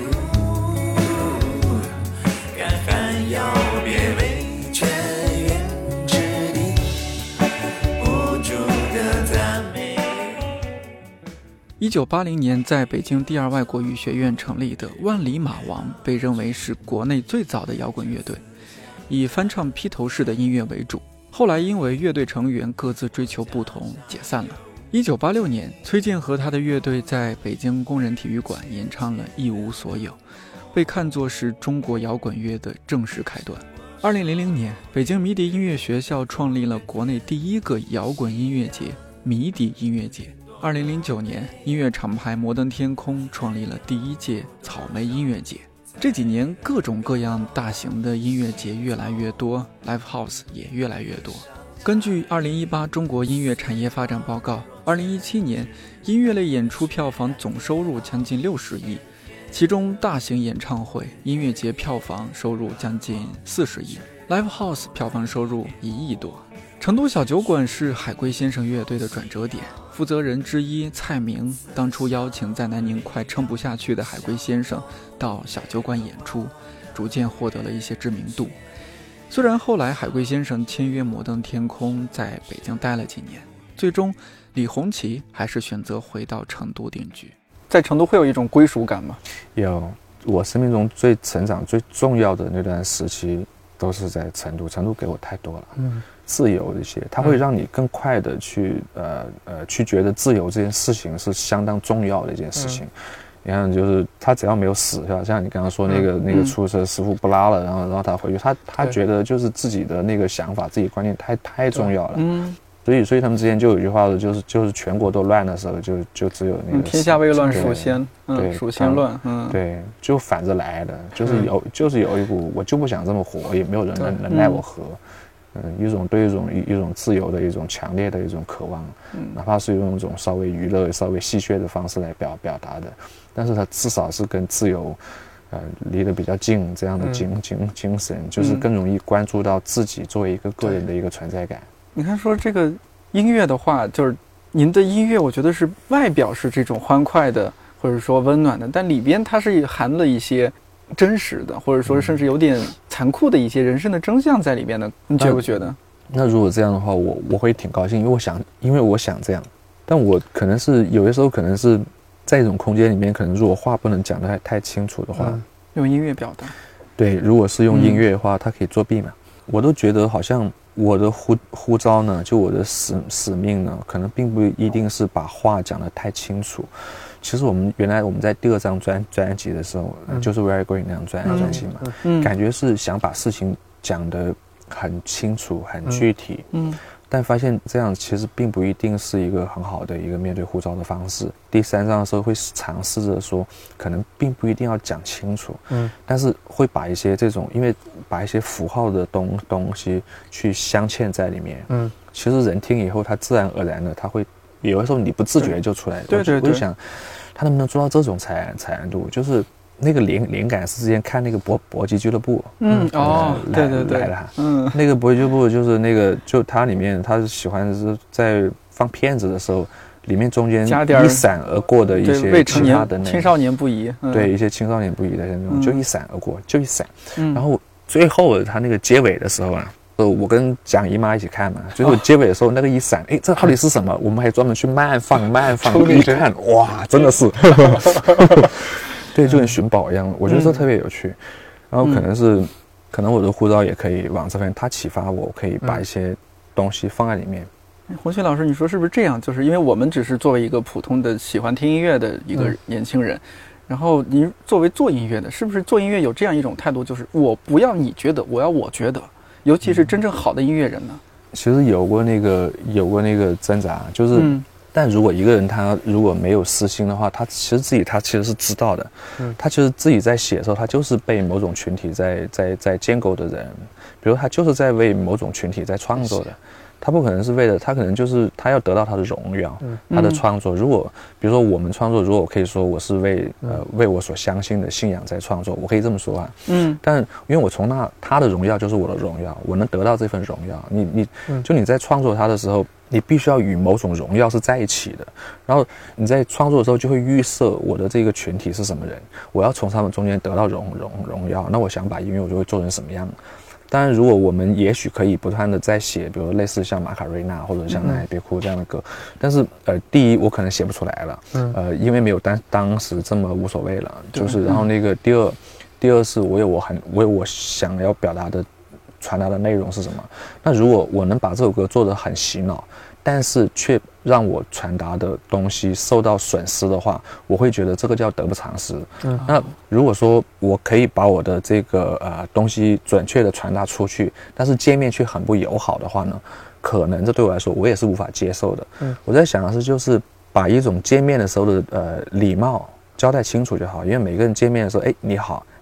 一九八零年在北京第二外国语学院成立的万里马王被认为是国内最早的摇滚乐队，以翻唱披头士的音乐为主，后来因为乐队成员各自追求不同解散了。一九八六年，崔健和他的乐队在北京工人体育馆演唱了《一无所有》，被看作是中国摇滚乐的正式开端。二零零零年，北京迷笛音乐学校创立了国内第一个摇滚音乐节——迷笛音乐节。二零零九年，音乐厂牌摩登天空创立了第一届草莓音乐节。这几年，各种各样大型的音乐节越来越多 ，Live House 也越来越多。根据二零一八中国音乐产业发展报告，二零一七年音乐类演出票房总收入将近六十亿，其中大型演唱会、音乐节票房收入将近四十亿 ，Live House 票房收入一亿多。成都小酒馆是海龟先生乐队的转折点， 负责人之一蔡明当初邀请在南宁快撑不下去的海龟先生到小酒馆演出，逐渐获得了一些知名度。虽然后来海龟先生签约摩登天空在北京待了几年，最终李红旗还是选择回到成都定居。在成都会有一种归属感吗？ 有，我生命中最成长最重要的那段时期都是在成都，成都给我太多了，嗯，自由一些，它会让你更快的去、嗯、呃呃去觉得自由这件事情是相当重要的一件事情。嗯，你看，就是他只要没有死，是吧？像你刚刚说那个、嗯、那个出租车师傅不拉了，然后然后他回去，他他觉得就是自己的那个想法、自己观念太太重要了。嗯，所以所以他们之前就有一句话的，就是就是全国都乱的时候，就就只有那个、嗯、 天下未乱属先，嗯，属先乱，嗯， 对，就反着来的，就是有、嗯、就是有一股我就不想这么活，也没有人能能奈我何。嗯，一种对一种一种自由的一种强烈的一种渴望，嗯，哪怕是用一种稍微娱乐、稍微戏谑的方式来表表达的，但是它至少是跟自由，呃，离得比较近，这样的精、嗯、精精神，就是更容易关注到自己作为一个个人的一个存在感。 你看，说这个音乐的话，就是您的音乐，我觉得是外表是这种欢快的，或者说温暖的，但里边它是含了一些真实的，或者说甚至有点残酷的一些人生的真相在里面的，你觉不觉得？ 那如果这样的话，我我会挺高兴，因为我想，因为我想这样，但我可能是有的时候可能是在一种空间里面，可能如果话不能讲得太太清楚的话、嗯， 用音乐表达。 对，如果是用音乐的话，嗯、它可以作弊嘛。我都觉得好像我的呼呼召呢，就我的使使命呢，可能并不一定是把话讲得太清楚。其实我们原来我们在第二张专专辑的时候，嗯、就是 Where Are You Going 那张专专辑嘛，嗯，感觉是想把事情讲得很清楚、很具体，嗯，但发现这样其实并不一定是一个很好的一个面对呼召的方式。第三张的时候会尝试着说，可能并不一定要讲清楚，嗯，但是会把一些这种，因为把一些符号的东东西去镶嵌在里面，嗯，其实人听以后，他自然而然的他会。有的时候你不自觉就出来， 对对对， 我就想，他能不能做到这种采采样度？就是那个灵灵感是之前看那个搏搏击俱乐部， 嗯哦，对对对， 来了，嗯，那个搏击俱乐部就是那个，就它里面他是喜欢是在放片子的时候，里面中间一闪而过的一些其他的青少年不宜， 嗯、对一些青少年不宜的那种，嗯、就一闪而过，就一闪，嗯、然后最后他那个结尾的时候啊。呃，我跟蒋姨妈一起看嘛，最后结尾的时候，那个一闪，哎，这到底是什么？我们还专门去慢放、慢放一看，哇，真的是，对，就跟寻宝一样，我觉得这特别有趣。然后可能是，嗯、可能我的护照也可以往这边，它启发我，可以把一些东西放在里面。 洪旭老师，你说是不是这样？就是因为我们只是作为一个普通的喜欢听音乐的一个年轻人。嗯，然后您作为做音乐的，是不是做音乐有这样一种态度，就是我不要你觉得，我要我觉得？尤其是真正好的音乐人呢， 其实有过那个有过那个挣扎，就是，嗯、但如果一个人他如果没有私心的话，他其实自己他其实是知道的，嗯，他其实自己在写的时候，他就是被某种群体在在在建构的人，比如他就是在为某种群体在创作的。他不可能是为了，他可能就是他要得到他的荣耀，嗯、他的创作。如果比如说我们创作，如果我可以说我是为呃为我所相信的信仰在创作，我可以这么说啊。嗯。但因为我从那他的荣耀就是我的荣耀，我能得到这份荣耀。你你、嗯、就你在创作他的时候，你必须要与某种荣耀是在一起的。然后你在创作的时候就会预设我的这个群体是什么人，我要从他们中间得到荣荣荣耀。那我想把音乐我就会做成什么样。当然，如果我们也许可以不断的在写，比如类似像马卡瑞娜或者像男孩别哭这样的歌，但是呃，第一我可能写不出来了，嗯，呃，因为没有当当时这么无所谓了，就是然后那个第二，第二是我有我很我有我想要表达的传达的内容是什么？那如果我能把这首歌做得很洗脑，但是却让我传达的东西受到损失的话，我会觉得这个叫得不偿失。嗯，那如果说我可以把我的这个呃东西准确的传达出去，但是界面却很不友好的话呢，可能这对我来说我也是无法接受的。嗯，我在想的是，就是把一种见面的时候的呃礼貌交代清楚就好，因为每个人见面的时候，哎，你好。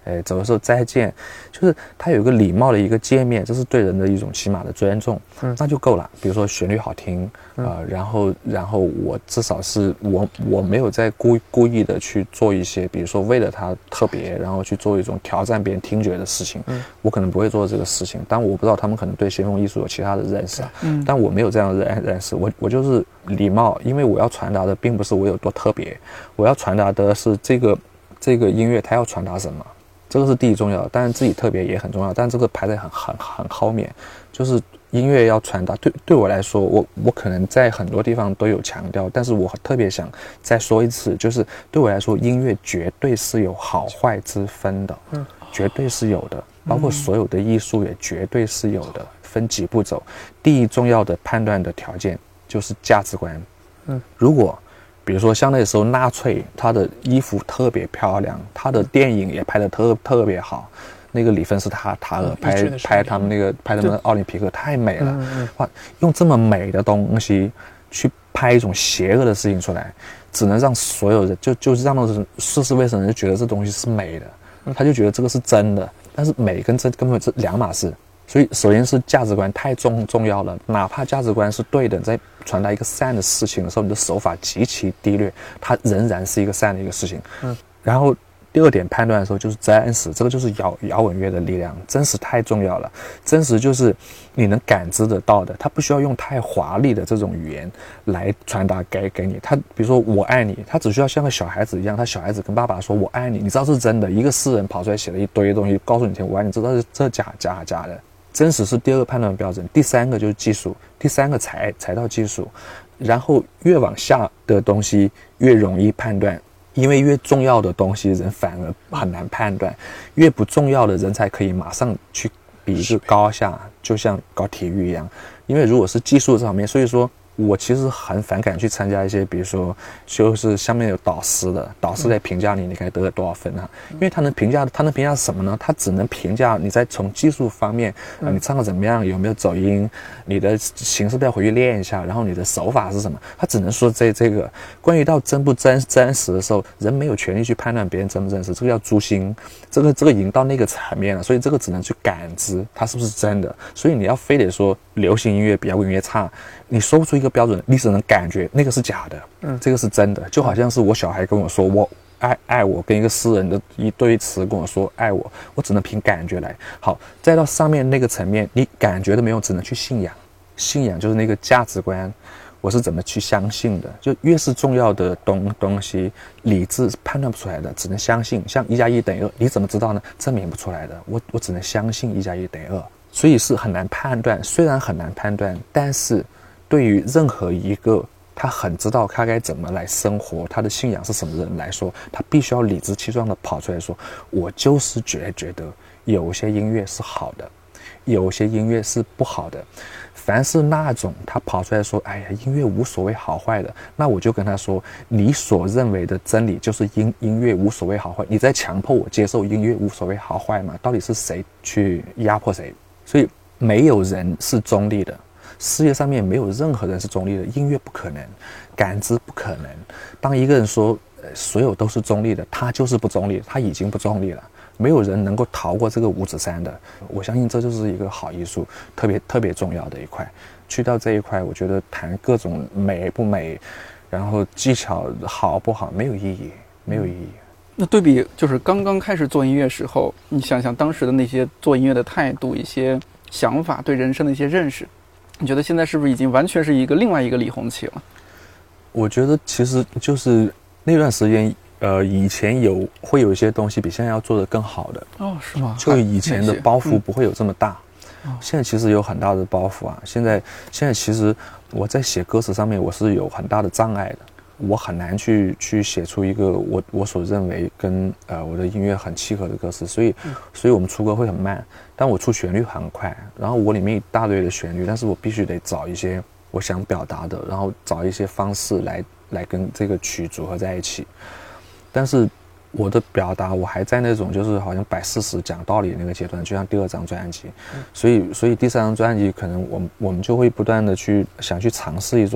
哎，走的时候再见，就是它有一个礼貌的一个界面，这是对人的一种起码的尊重，嗯，那就够了。比如说旋律好听，呃，然后然后我至少是我我没有在故故意的去做一些，比如说为了它特别，然后去做一种挑战别人听觉的事情，嗯，我可能不会做这个事情。但我不知道他们可能对先锋艺术有其他的认识，嗯，但我没有这样的认认识，我我就是礼貌，因为我要传达的并不是我有多特别，我要传达的是这个这个音乐它要传达什么。这个是第一重要的，当然自己特别也很重要，但这个排在很很很后面，就是音乐要传达。对对我来说，我我可能在很多地方都有强调，但是我特别想再说一次，就是对我来说，音乐绝对是有好坏之分的，嗯，绝对是有的，包括所有的艺术也绝对是有的，分几步走。第一重要的判断的条件就是价值观，嗯，如果比如说像那时候纳粹，他的衣服特别漂亮，他的电影也拍得特特别好，那个里芬斯塔塔尔拍、嗯、拍他们那个拍他们奥林匹克太美了，嗯嗯，用这么美的东西去拍一种邪恶的事情出来，只能让所有人就就是让那种世事未深人就觉得这东西是美的，他就觉得这个是真的，但是美跟真根本是两码事。所以首先是价值观太重重要了，哪怕价值观是对的，在传达一个善的事情的时候，你的手法极其低劣，它仍然是一个善的一个事情。嗯，然后第二点判断的时候就是真实，这个就是摇摇滚乐的力量，真实太重要了。真实就是你能感知得到的，它不需要用太华丽的这种语言来传达给给你。他比如说我爱你，他只需要像个小孩子一样，他小孩子跟爸爸说我爱你，你知道是真的。一个诗人跑出来写了一堆东西，告诉你听我爱你，知道是这假假假的。真实是第二个判断标准，第三个就是技术，第三个才才到技术，然后越往下的东西越容易判断，因为越重要的东西人反而很难判断，越不重要的人才可以马上去比一个高下，就像搞体育一样。因为如果是技术这方面，所以说我其实很反感去参加一些，比如说就是下面有导师的，导师来评价你，你该得了多少分啊？因为他能评价，他能评价什么呢？他只能评价你在从技术方面，呃、你唱的怎么样，有没有走音，你的形式要回去练一下，然后你的手法是什么？他只能说这这个。关于到真不真真实的时候，人没有权利去判断别人真不真实，这个叫诛心，这个这个已经到那个层面了，所以这个只能去感知它是不是真的。所以你要非得说流行音乐比摇滚音乐差，你说不出一个标准，你只能感觉那个是假的，嗯，这个是真的。就好像是我小孩跟我说我爱爱我，跟一个诗人的一对词跟我说爱我，我只能凭感觉来。好，再到上面那个层面，你感觉都没有，只能去信仰。信仰就是那个价值观，我是怎么去相信的？就越是重要的东东西，理智判断不出来的，只能相信。像一加一等于二，你怎么知道呢？证明不出来的，我我只能相信一加一等于二，所以是很难判断。虽然很难判断，但是对于任何一个他很知道他该怎么来生活，他的信仰是什么人来说，他必须要理直气壮的跑出来说，我就是觉觉得有些音乐是好的，有些音乐是不好的。凡是那种他跑出来说，哎呀，音乐无所谓好坏的，那我就跟他说，你所认为的真理就是音音乐无所谓好坏，你在强迫我接受音乐无所谓好坏吗？到底是谁去压迫谁？所以没有人是中立的，世界上面没有任何人是中立的，音乐不可能，感知不可能。当一个人说、呃、所有都是中立的，他就是不中立，他已经不中立了。没有人能够逃过这个五指山的，我相信这就是一个好艺术特别特别重要的一块。去到这一块，我觉得谈各种美不美，然后技巧好不好没有意义，没有意义。 那对比就是刚刚开始做音乐时候，你想想当时的那些做音乐的态度、一些想法、对人生的一些认识，你觉得现在是不是已经完全是一个另外一个李红旗了？ 我觉得其实就是那段时间。呃，以前有会有一些东西比现在要做得更好的哦，是吗？ 就以前的包袱不会有这么大，嗯、现在其实有很大的包袱啊。现在现在其实我在写歌词上面我是有很大的障碍的，我很难去去写出一个我我所认为跟呃我的音乐很契合的歌词，所以、嗯、所以我们出歌会很慢，但我出旋律很快，然后我里面一大堆的旋律，但是我必须得找一些我想表达的，然后找一些方式来来跟这个曲组合在一起。但是我的表达我还在那种就是好像摆事实讲道理那个阶段，就像第二张专辑，所以所以第三张专辑可能我们我们就会不断的去想去尝试一种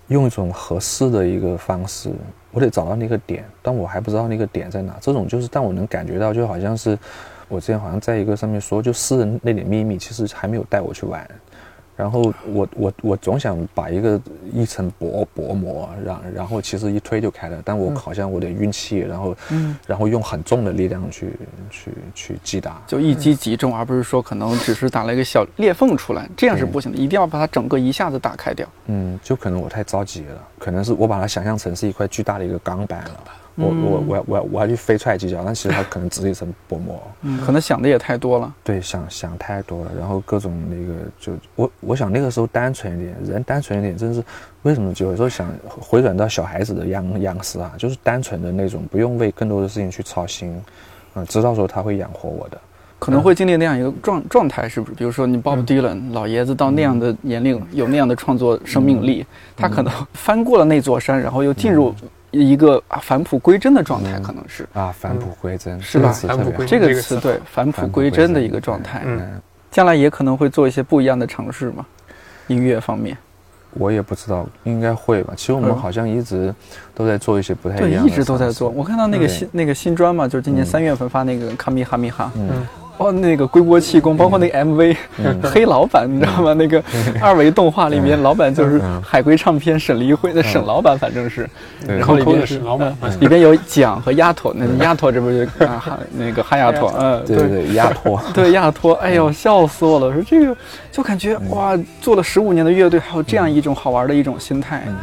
用一种合适的一个方式，我得找到那个点，但我还不知道那个点在哪。这种就是，但我能感觉到，就好像是我之前好像在一个上面说，就私人那点秘密，其实还没有带我去玩。然后我我我总想把一个一层薄薄膜，然然后其实一推就开了，但我好像我得运气，然后嗯，然后用很重的力量去去去击打， 就一击即中，而不是说可能只是打了一个小裂缝出来，这样是不行的，一定要把它整个一下子打开掉。 嗯，就可能我太着急了，可能是我把它想象成是一块巨大的一个钢板了。我我我我我要去飞出来几脚，但其实它可能只是一层薄膜。 嗯，可能想的也太多了。 对，想想太多了，然后各种那个就我我想那个时候单纯一点，人单纯一点，真是为什么就有时候想回转到小孩子的样样式啊，就是单纯的那种，不用为更多的事情去操心，嗯，知道说他会养活我的。 可能会经历那样一个状状态，是不是？比如说你 Bob Dylan、嗯、老爷子到那样的年龄，嗯、有那样的创作生命力，嗯、他可能翻过了那座山，然后又进入一个返璞归真的状态，嗯、可能是啊，返璞归真、嗯、 是吧？ 返璞归这个词对，返璞归真的一个状态。嗯，将来也可能会做一些不一样的尝试嘛，音乐方面。 我也不知道，应该会吧。其实我们好像一直都在做一些不太一样的， 对，一直都在做。我看到那个新那个新专嘛，就是今年三月份发那个《卡米哈米哈》，嗯，哦，那个龟波气功，包括那个 M V，、嗯、黑老板，你知道吗？那个二维动画里面，老板就是海龟唱片沈黎辉的沈老板，反正是， 嗯、 然后里边是老板， 里边有蒋和丫头，那丫头这不是啊哈那个哈丫头，嗯， 对对对，丫头， 对丫头，哎呦，笑死我了！说这个就感觉哇，做了十五年的乐队，还有这样一种好玩的一种心态。嗯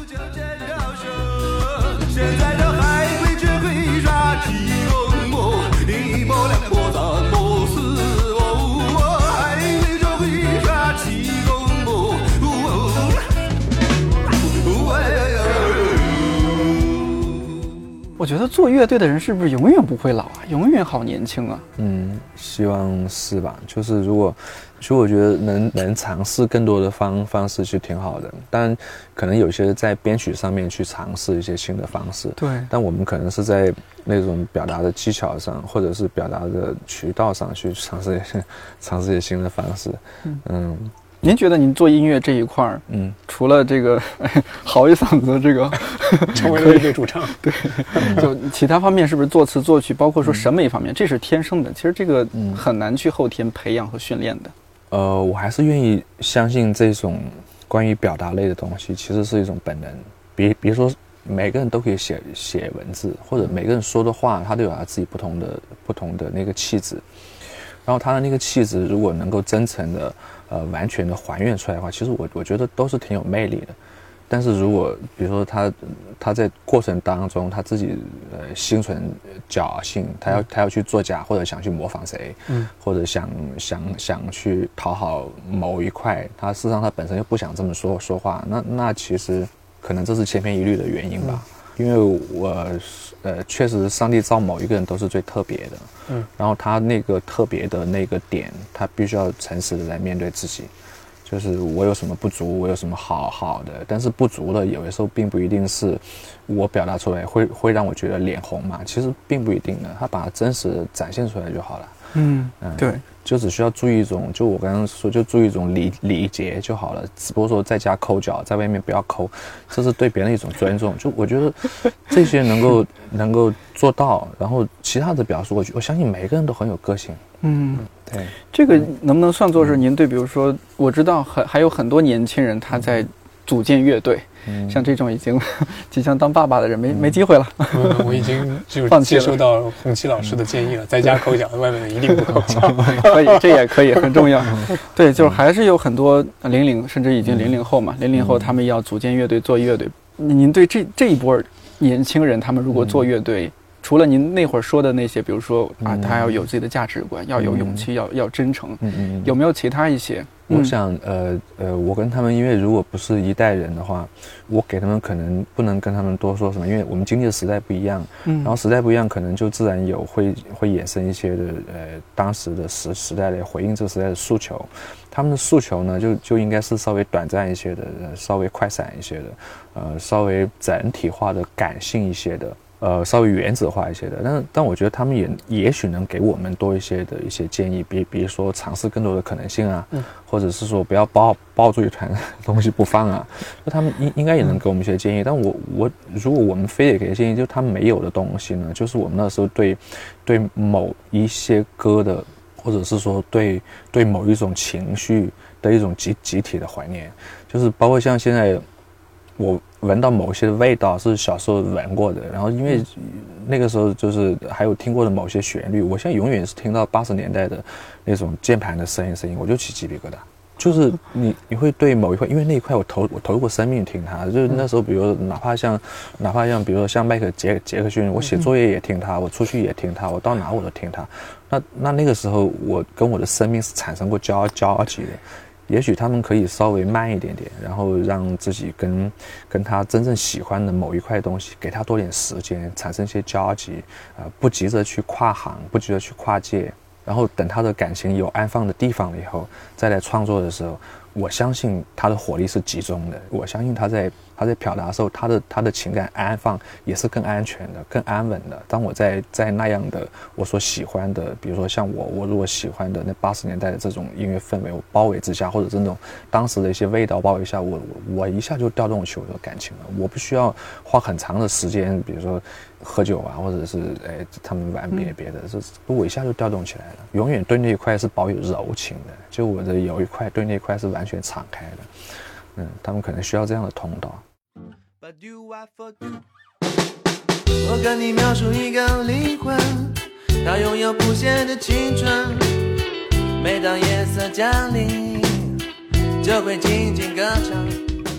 我觉得做乐队的人是不是永远不会老啊？永远好年轻啊！ 嗯，希望是吧？就是如果，其实我觉得能能尝试更多的方方式就挺好的。但可能有些在编曲上面去尝试一些新的方式， 对。 但我们可能是在那种表达的技巧上，或者是表达的渠道上去尝试一些尝试一些新的方式。嗯。嗯， 您觉得您做音乐这一块儿，嗯，除了这个嚎一嗓子的这个成为了乐队主唱， 对，就其他方面是不是作词作曲，包括说审美方面，嗯、这是天生的？其实这个很难去后天培养和训练的。 呃，我还是愿意相信这种关于表达类的东西，其实是一种本能。比比如说，每个人都可以写写文字，或者每个人说的话，他都有他自己不同的不同的那个气质。然后他的那个气质，如果能够真诚的。呃，完全的还原出来的话，其实我我觉得都是挺有魅力的。但是如果比如说他他在过程当中他自己呃心存侥幸，他要他要去作假，或者想去模仿谁，嗯，或者想想想去讨好某一块，他事实上他本身又不想这么说说话，那那其实可能这是千篇一律的原因吧。嗯，因为我呃确实上帝造某一个人都是最特别的，嗯，然后他那个特别的那个点，他必须要诚实的来面对自己，就是我有什么不足，我有什么好好的，但是不足的有的时候并不一定是我表达出来会会让我觉得脸红嘛，其实并不一定的，他把它真实的展现出来就好了。 嗯嗯，对， 就只需要注意一种，就我刚刚说，就注意一种礼礼节就好了。只不过说在家抠脚，在外面不要抠，这是对别人一种尊重。就我觉得这些能够能够做到，然后其他的表述，我我相信每个人都很有个性。 嗯，对，这个能不能算作是您对，比如说，我知道还还有很多年轻人他在组建乐队。嗯，像这种已经即将当爸爸的人没、嗯、没机会了。 嗯，我已经就接收到洪七老师的建议了，在家抠脚，外面一定不抠脚。 可以，这也可以，很重要。对，就是还是有很多零零甚至已经零零后嘛，零零后他们要组建乐队做乐队。您对这这一波年轻人，他们如果做乐队，嗯、除了您那会儿说的那些，比如说啊，他要有自己的价值观，嗯、要有勇气，要要真诚，嗯嗯，有没有其他一些？ 我想，呃呃，我跟他们，因为如果不是一代人的话，我给他们可能不能跟他们多说什么，因为我们经历的时代不一样，嗯，然后时代不一样，可能就自然有会会衍生一些的，呃，当时的时时代来回应这个时代的诉求，他们的诉求呢，就就应该是稍微短暂一些的，稍微快闪一些的，呃，稍微整体化的感性一些的。 呃，稍微原子化一些的，但但我觉得他们也也许能给我们多一些的一些建议，比比如说尝试更多的可能性啊，嗯、或者是说不要抱抱住一团东西不放啊，那他们应应该也能给我们一些建议。嗯、但我我如果我们非得给建议，就他没有的东西呢，就是我们那时候对对某一些歌的，或者是说对对某一种情绪的一种集集体的怀念，就是包括像现在我闻到某些味道是小时候闻过的，然后因为那个时候就是还有听过的某些旋律，我现在永远是听到八十年代的那种键盘的声音声音，我就起鸡皮疙瘩。就是你你会对某一块，因为那一块我投我投入过生命听它，就是那时候比如哪怕像哪怕像比如说像迈克杰杰克逊，我写作业也听它，我出去也听它，我到哪我都听它。那那那个时候我跟我的生命是产生过交交集的。也许他们可以稍微慢一点点，然后让自己跟跟他真正喜欢的某一块东西，给他多点时间，产生一些交集，呃，不急着去跨行，不急着去跨界，然后等他的感情有安放的地方了以后，再来创作的时候，我相信他的火力是集中的，我相信他在他在表达的时候，他的他的情感安放也是更安全的、更安稳的。当我在在那样的我所喜欢的，比如说像我我如果喜欢的那八十年代的这种音乐氛围我包围之下，或者这种当时的一些味道包围下，我我我一下就调动起我的感情了。我不需要花很长的时间，比如说喝酒啊，或者是哎他们玩别别的，这、嗯、我一下就调动起来了。永远对那一块是保有柔情的，就我的有一块对那一块是完全敞开的。嗯，他们可能需要这样的通道。 我跟你描述一个灵魂，它拥有不懈的青春，每当夜色降临，就会静静歌唱。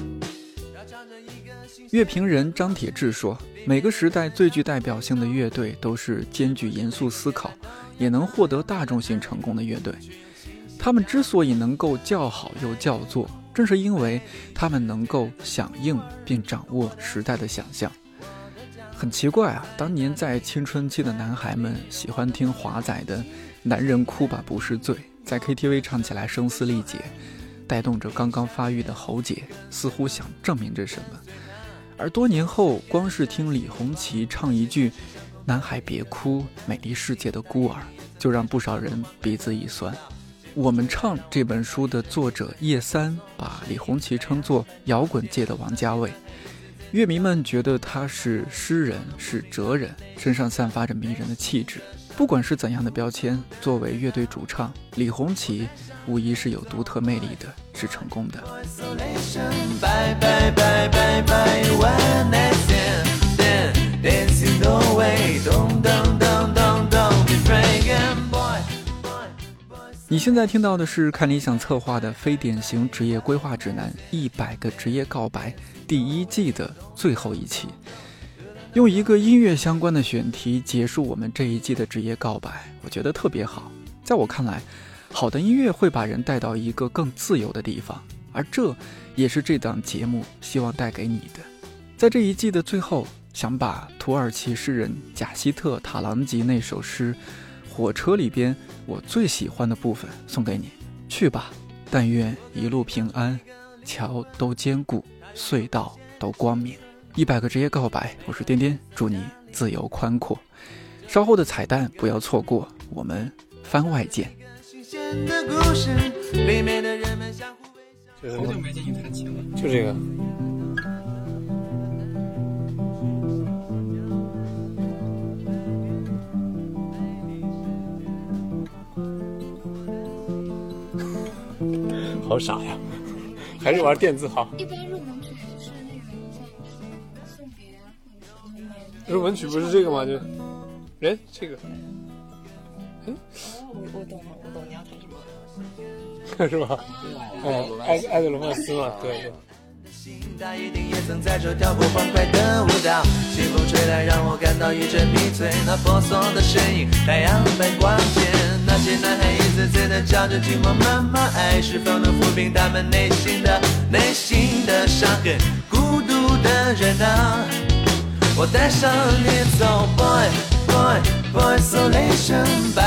乐评人张铁志说，每个时代最具代表性的乐队都是兼具严肃思考，也能获得大众性成功的乐队。他们之所以能够叫好又叫座，正是因为他们能够响应并掌握时代的想象。很奇怪啊，当年在青春期的男孩们喜欢听华仔的《男人哭吧不是罪》，在 K T V 唱起来声嘶力竭，带动着刚刚发育的喉结，似乎想证明着什么。而多年后，光是听李红旗唱一句“男孩别哭，美丽世界的孤儿”，就让不少人鼻子一酸。我们唱这本书的作者叶三把李红旗称作摇滚界的王家卫，乐迷们觉得他是诗人，是哲人，身上散发着迷人的气质。不管是怎样的标签，作为乐队主唱，李红旗无疑是有独特魅力的，是成功的。你现在听到的是看理想策划的非典型职业规划指南一百个职业告白第一季的最后一期，用一个音乐相关的选题结束我们这一季的职业告白，我觉得特别好。在我看来，好的音乐会把人带到一个更自由的地方，而这也是这档节目希望带给你的。在这一季的最后，想把土耳其诗人贾希特·塔朗吉那首诗火车里边我最喜欢的部分送给你。去吧，但愿一路平安，桥都坚固，隧道都光明。一百个职业告白，我是颠颠，祝你自由宽阔。稍后的彩蛋不要错过，我们番外见。 好久没见你弹琴了，就这个。好傻呀，还是玩电子好。 一般入门曲是那种像送别啊，或者是入门曲不是这个吗？就，哎，这个， 嗯，我我懂了，我懂你要弹什么，是吧？哦，爱爱德罗曼斯嘛，对对。 他一定也曾在这跳过欢快的舞蹈，清风吹来让我感到一阵迷醉，那婆娑的身影，太阳般光线，那些男孩一次次的叫着寂寞妈妈，爱是否能抚平他们内心的内心的伤痕，孤独的人啊，我带上你走 boy boy boy isolation。